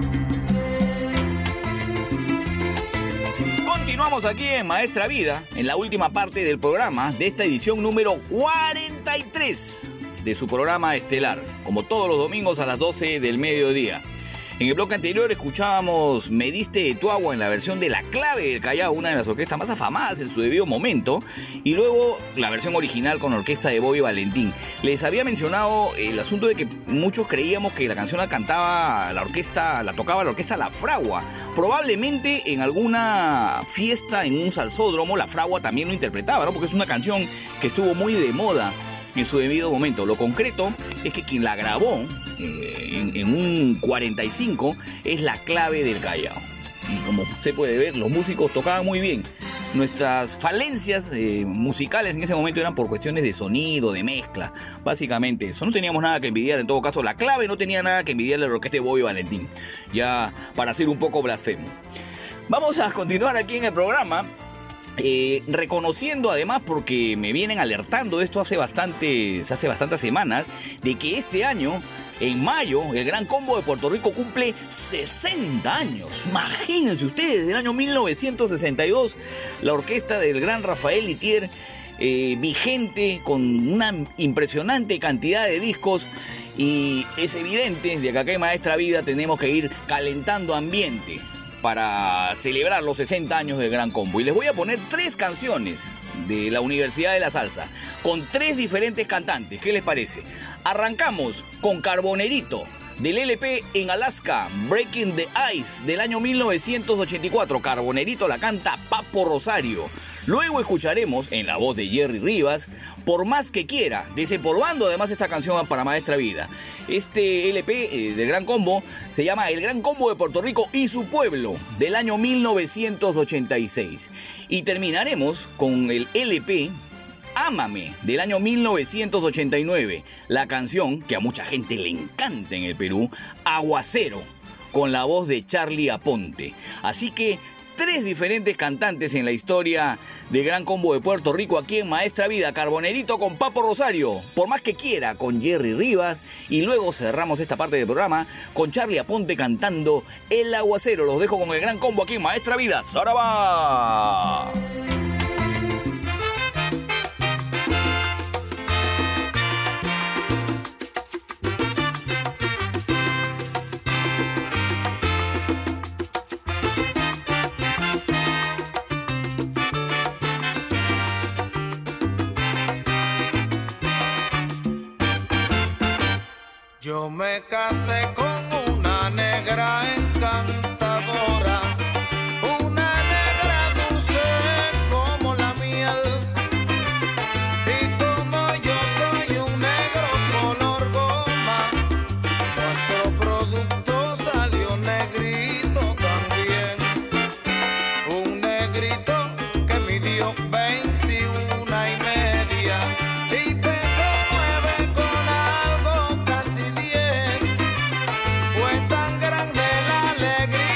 Continuamos aquí en Maestra Vida, en la última parte del programa de esta edición número cuarenta y tres. de su programa estelar, como todos los domingos a las doce del mediodía. En el bloque anterior escuchábamos Me diste de tu agua en la versión de La Clave del Callao, una de las orquestas más afamadas en su debido momento, y luego la versión original con la orquesta de Bobby Valentín. Les había mencionado el asunto de que muchos creíamos que la canción la cantaba la orquesta, la tocaba la orquesta La Fragua. Probablemente en alguna fiesta, en un salsódromo, La Fragua también lo interpretaba, ¿no? Porque es una canción que estuvo muy de moda en su debido momento. Lo concreto es que quien la grabó eh, en, en un cuarenta y cinco es La Clave del Callao. Y como usted puede ver, los músicos tocaban muy bien. Nuestras falencias eh, musicales en ese momento eran por cuestiones de sonido, de mezcla. Básicamente eso. No teníamos nada que envidiar. En todo caso, La Clave no tenía nada que envidiarle a la orquesta de Bobby Valentín. Ya para ser un poco blasfemo. Vamos a continuar aquí en el programa. Eh, reconociendo además, porque me vienen alertando de esto hace bastantes, hace bastantes semanas, de que este año, en mayo, el Gran Combo de Puerto Rico cumple sesenta años. Imagínense ustedes, desde el año mil novecientos sesenta y dos, la orquesta del gran Rafael Litier, eh, vigente, con una impresionante cantidad de discos. Y es evidente de que acá en Maestra Vida tenemos que ir calentando ambiente para celebrar los sesenta años del Gran Combo. Y les voy a poner tres canciones de la Universidad de la Salsa, con tres diferentes cantantes. ¿Qué les parece? Arrancamos con Carbonerito, del L P En Alaska, Breaking the Ice, del año mil novecientos ochenta y cuatro. Carbonerito la canta Papo Rosario. Luego escucharemos, en la voz de Jerry Rivas, Por Más Que Quiera, desempolvando además esta canción para Maestra Vida. Este L P eh, del Gran Combo se llama El Gran Combo de Puerto Rico y su pueblo, del año mil novecientos ochenta y seis. Y terminaremos con el L P Ámame, del año mil novecientos ochenta y nueve, la canción que a mucha gente le encanta en el Perú, Aguacero, con la voz de Charlie Aponte. Así que tres diferentes cantantes en la historia del Gran Combo de Puerto Rico aquí en Maestra Vida. Carbonerito con Papo Rosario, Por Más Que Quiera con Jerry Rivas, y luego cerramos esta parte del programa con Charlie Aponte cantando El Aguacero. Los dejo con el Gran Combo aquí en Maestra Vida. ¡Saraba! Yo me casé con una negra encantadora, una negra dulce como la miel. Y como yo soy un negro color goma, nuestro producto salió negrito también. Un negrito que midió veintiuna y media y pesó nueve con algo casi diez. Fue tan grande la alegría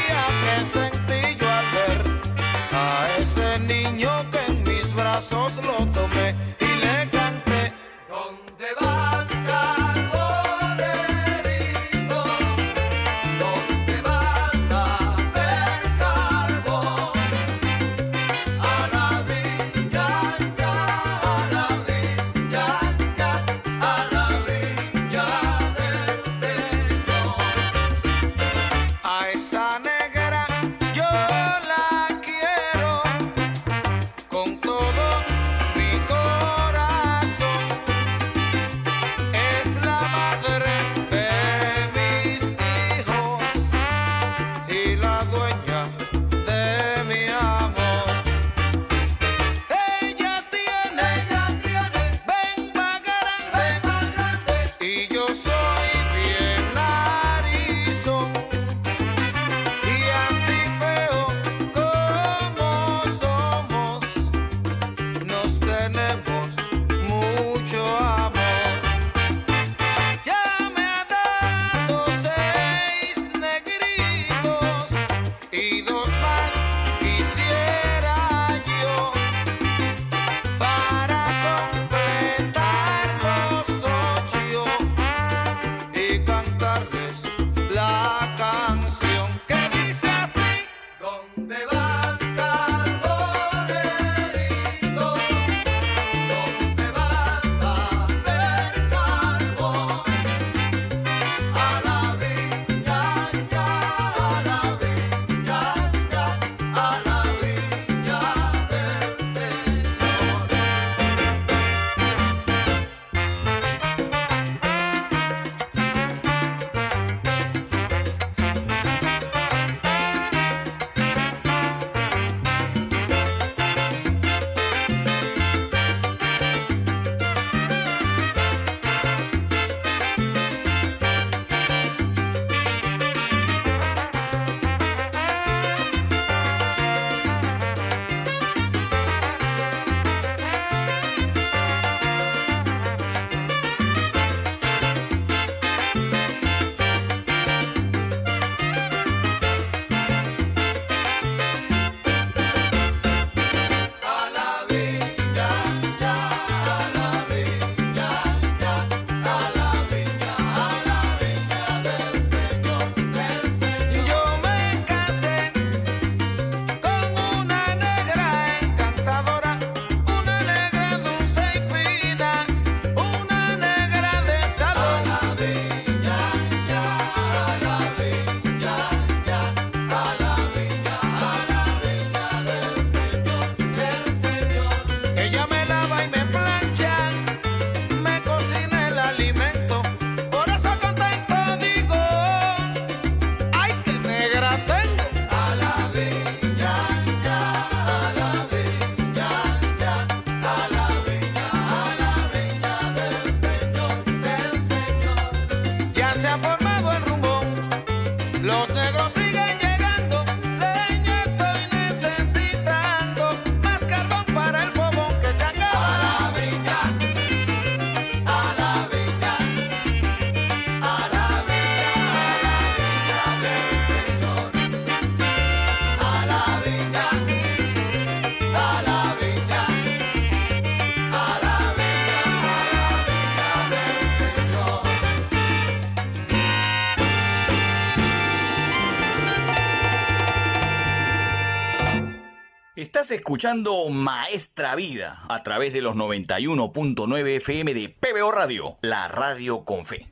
Estás escuchando Maestra Vida a través de los noventa y uno punto nueve F M de P B O Radio, la radio con fe.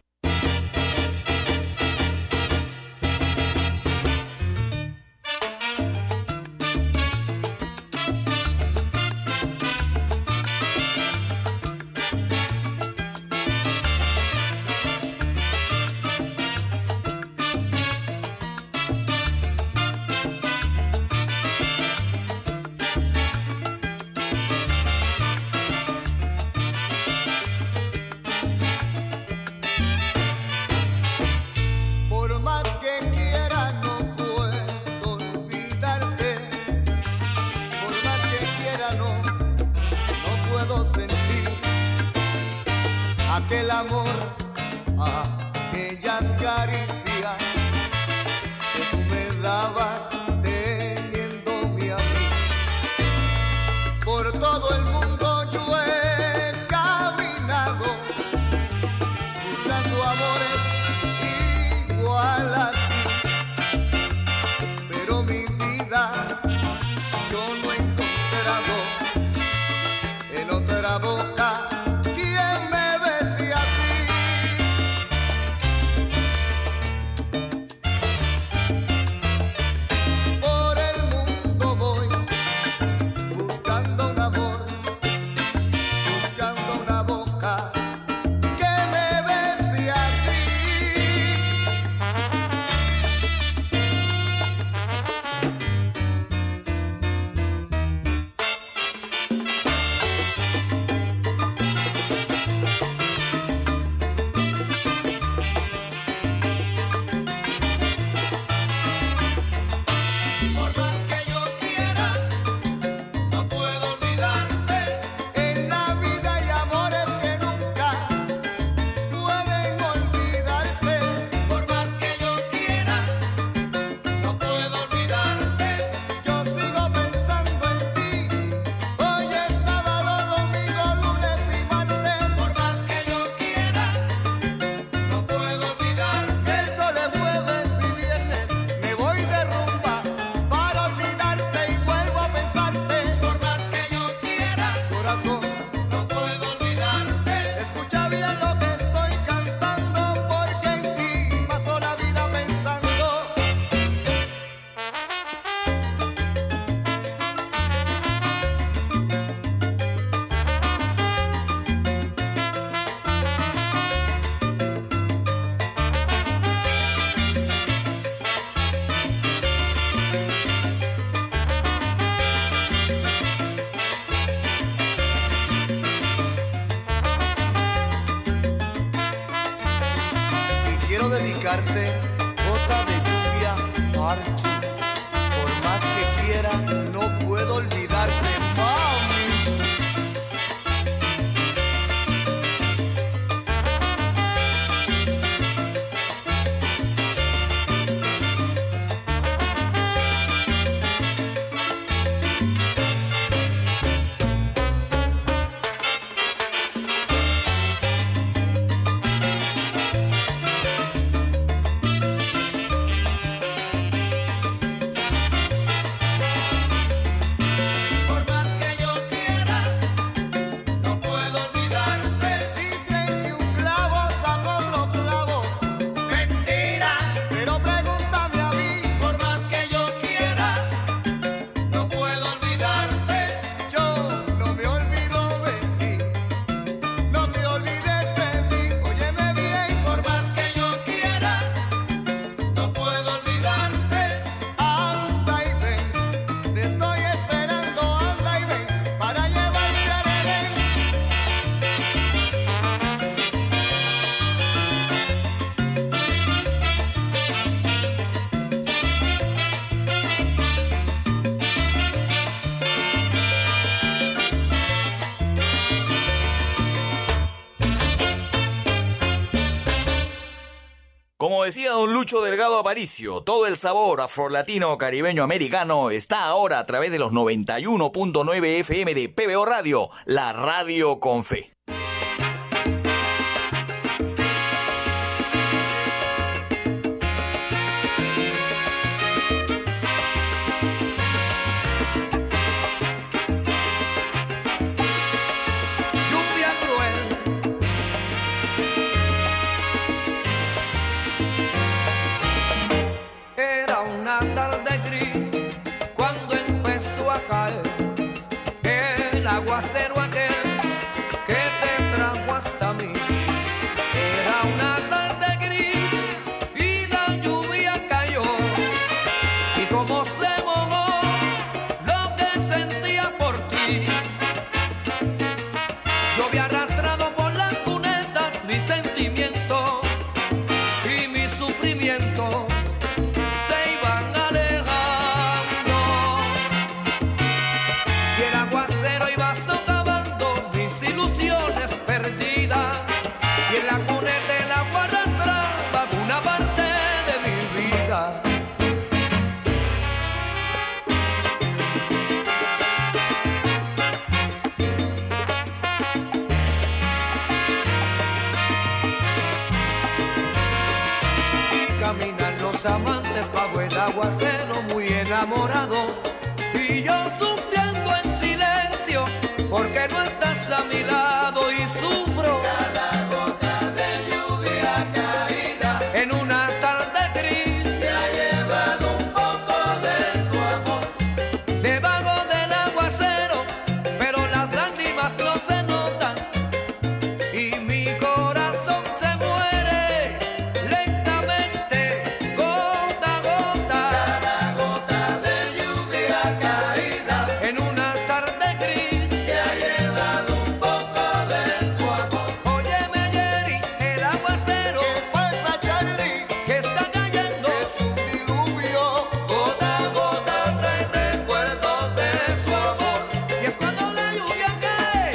Aquel amor, aquellas caricias que tú me dabas teniéndome a mí. Por todo el mundo yo he caminado buscando amores igual a ti, pero mi vida yo no he encontrado en otra boca quien me dedicarte gota de lluvia, marcho. Por más que quiera, no puedo olvidarte, mami. Como decía don Lucho Delgado Aparicio, todo el sabor afrolatino, caribeño, americano está ahora a través de los noventa y uno punto nueve F M de P B O Radio, la radio con fe. una tarde gris cuando empezó a caer el aguacero aquel que te trajo hasta mí. Era una tarde gris y la lluvia cayó, y como se mojó lo que sentía por ti. Yo había arrastrado por las cunetas mis sentimientos y mis sufrimientos se iban alejando, y el aguacero iba socavando mis ilusiones perdidas, y en la cuneta el agua arrastraba una parte de mi vida. Caminan los amantes bajo el aguacero muy enamorados, y yo sufriendo en silencio porque no estás a mi lado, y sufro cada gota de lluvia caída en una tarde gris. Se ha llevado un poco de tu amor debajo del aguacero, pero las lágrimas no se notan y mi corazón se muere lentamente, gota a gota. Cada gota de lluvia caída en una tarde gris se ha llevado un poco de tu amor. Óyeme, Jerry, el aguacero. ¿Qué pasa, Charlie? Que está cayendo. Es un diluvio. Gota a gota trae recuerdos de su amor. Y es cuando la lluvia cae.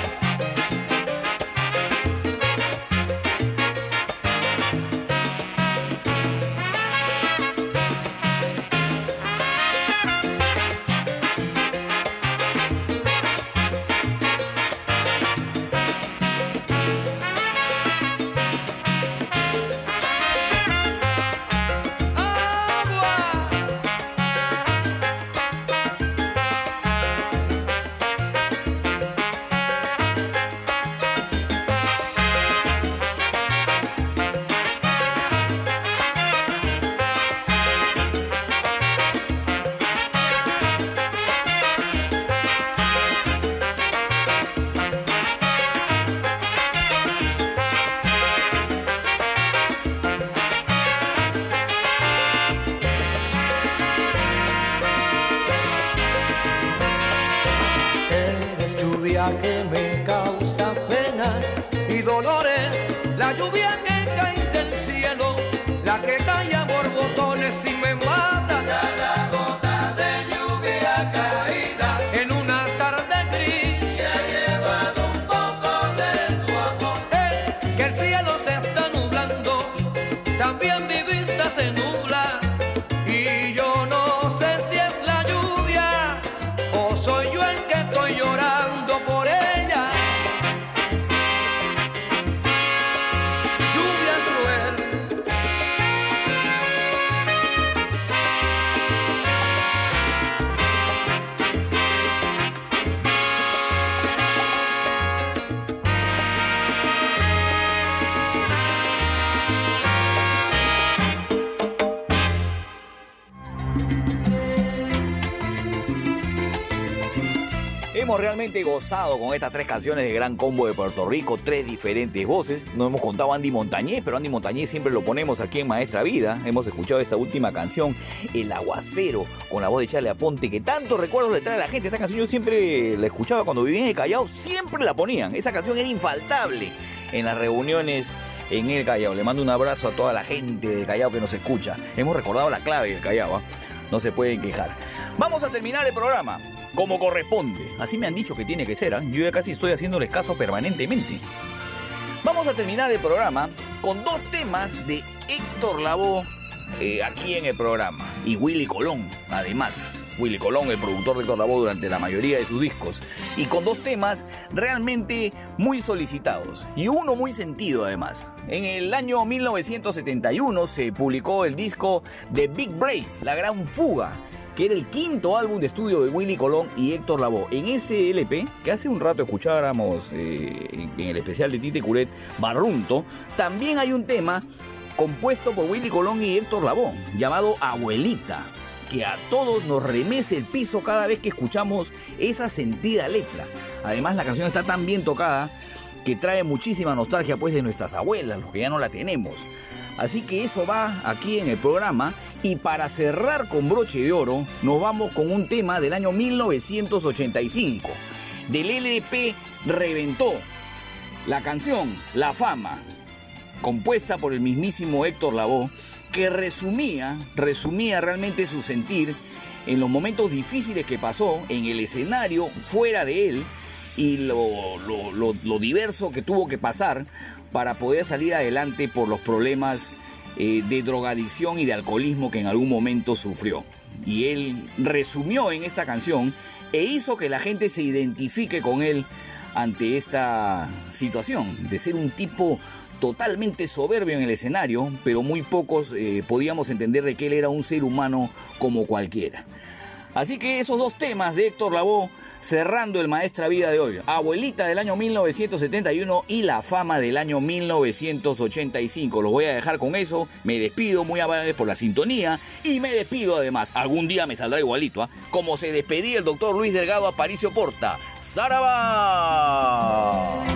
Eres lluvia que me causa penas y dolores, la lluvia que cae del cielo, la que cae a borbotones y me mata. Cada gota de lluvia caída en una tarde gris se ha llevado un poco de tu amor. Es que el cielo se está nublando, también mi vista se nubla, y yo no sé si es la lluvia o soy yo el que estoy llorando por ella. Lluvia cruel. Hemos realmente gozado con estas tres canciones de Gran Combo de Puerto Rico, tres diferentes voces. No hemos contado a Andy Montañez, pero Andy Montañez siempre lo ponemos aquí en Maestra Vida. Hemos escuchado esta última canción, El Aguacero, con la voz de Charlie Aponte, que tantos recuerdos le trae a la gente. Esta canción yo siempre la escuchaba cuando vivía en el Callao, siempre la ponían. Esa canción era infaltable en las reuniones en el Callao. Le mando un abrazo a toda la gente del Callao que nos escucha. Hemos recordado la clave del Callao, ¿eh? No se pueden quejar. Vamos a terminar el programa como corresponde. Así me han dicho que tiene que ser, ¿eh? Yo ya casi estoy haciéndoles caso permanentemente. Vamos a terminar el programa con dos temas de Héctor Lavoe eh, aquí en el programa. Y Willy Colón, además. Willy Colón, el productor de Héctor Lavoe durante la mayoría de sus discos. Y con dos temas realmente muy solicitados. Y uno muy sentido además. En el año mil novecientos setenta y uno se publicó el disco The Big Break, La Gran Fuga, que era el quinto álbum de estudio de Willy Colón y Héctor Lavoe. En ese L P, que hace un rato escucháramos eh, en el especial de Tite Curet, Barrunto, también hay un tema compuesto por Willy Colón y Héctor Lavoe, llamado Abuelita, que a todos nos remece el piso cada vez que escuchamos esa sentida letra. Además, la canción está tan bien tocada que trae muchísima nostalgia pues de nuestras abuelas, los que ya no la tenemos. Así que eso va aquí en el programa, y para cerrar con broche de oro nos vamos con un tema del año mil novecientos ochenta y cinco, del L P Reventó, la canción La Fama, compuesta por el mismísimo Héctor Lavoe, que resumía, resumía realmente su sentir en los momentos difíciles que pasó en el escenario, fuera de él, y lo, lo, lo, lo diverso que tuvo que pasar para poder salir adelante por los problemas eh, de drogadicción y de alcoholismo que en algún momento sufrió. Y él resumió en esta canción e hizo que la gente se identifique con él ante esta situación de ser un tipo totalmente soberbio en el escenario, pero muy pocos eh, podíamos entender de que él era un ser humano como cualquiera. Así que esos dos temas de Héctor Lavoe cerrando el Maestra Vida de hoy: Abuelita del año mil novecientos setenta y uno y La Fama del año mil novecientos ochenta y cinco. Los voy a dejar con eso. Me despido, muy amables por la sintonía, y me despido además, algún día me saldrá igualito, ¿eh? como se despedía el doctor Luis Delgado Aparicio Porta. ¡Sarabá!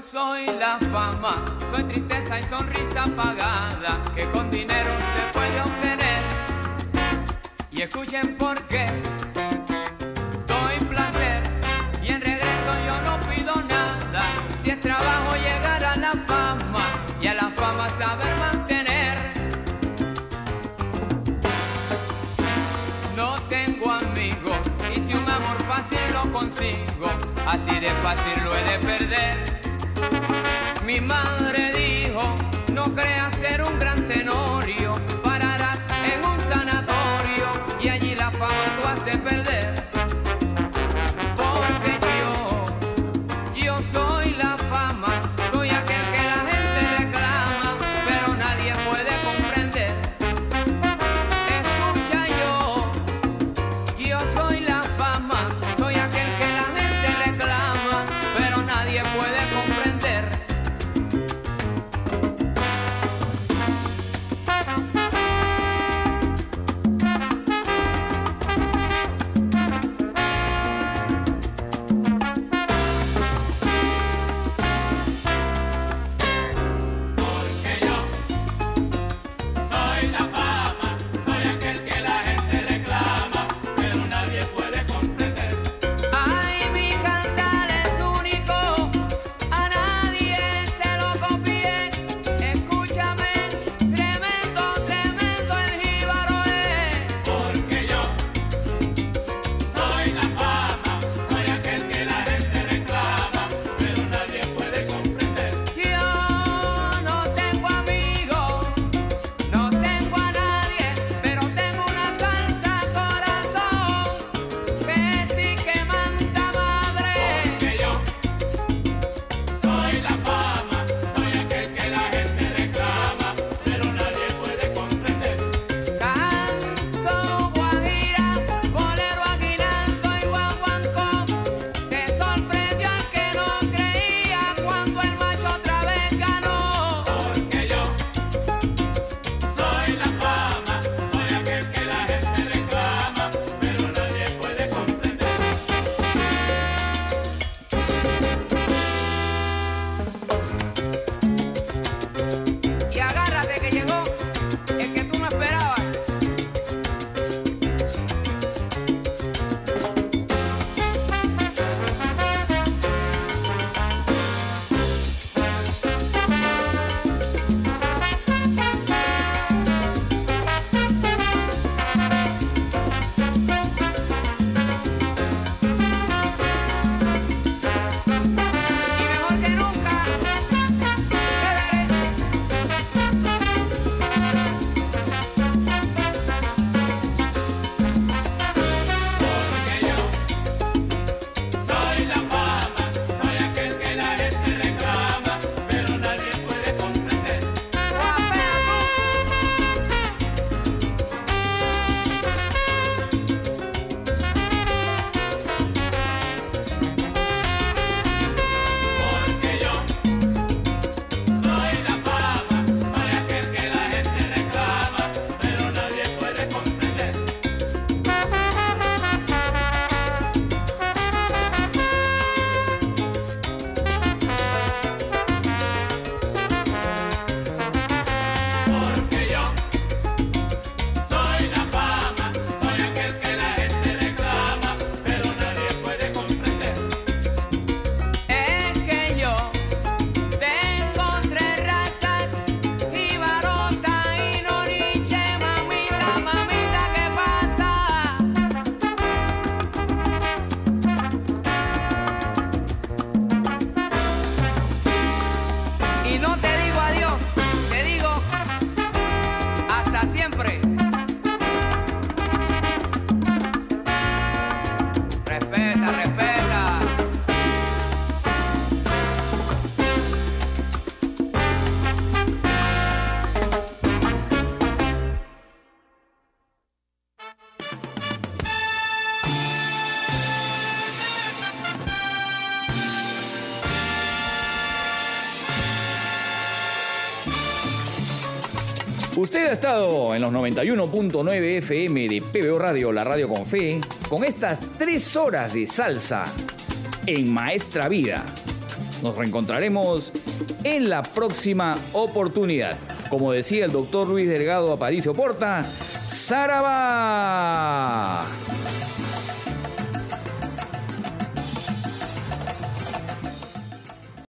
soy la fama, soy tristeza y sonrisa apagada que con dinero se puede obtener. Y escuchen por qué doy placer y en regreso yo no pido nada. Si es trabajo llegar a la fama y a la fama saber mantener. No tengo amigos y si un amor fácil lo consigo, así de fácil lo he de perder. Mi madre dijo, no creas ser un gran tenorio, pararás en un sanatorio y allí la fama tú haces perder. Porque yo, yo soy la fama, soy aquel que la gente reclama, pero nadie puede comprender. Escucha yo, yo soy la fama, soy aquel que la gente reclama, pero nadie puede comprender. Ay, mi cantar es único, a nadie se lo copié. Escúchame, tremendo, tremendo el jíbaro es. Porque yo soy la fama, soy aquel que la gente reclama, pero nadie puede comprender. Yo no tengo amigos, no tengo a nadie, pero tengo una salsa corazón que sí que manda madre. Porque yo soy la fama, soy aquel que la gente reclama, pero nadie puede comprender. Canto guajira, bolero, aguinaldo y guaguancó. Se sorprendió al que no creía cuando el macho otra vez ganó. Porque yo soy la fama, soy aquel que la gente reclama, pero nadie puede comprender. Y agárrate que llegó el que tú no esperabas. Y mejor que nunca, porque yo soy la fama, soy aquel que la gente reclama, pero nadie puede comprender. Porque yo soy la fama, soy aquel que la gente reclama, pero nadie puede comprender. Porque yo soy la fama, soy aquel que la gente reclama, pero nadie puede comprender. Es que yo tengo tres razas, jibarota y noriche, mamita, mamita, ¿qué pasa? Y no te digo adiós, te digo hasta siempre. Respeta, respeta. Usted ha estado en los noventa y uno punto nueve F M de P B O Radio, la radio con fe, con estas tres horas de salsa en Maestra Vida. Nos reencontraremos en la próxima oportunidad. Como decía el doctor Luis Delgado Aparicio Porta, ¡Sarabá!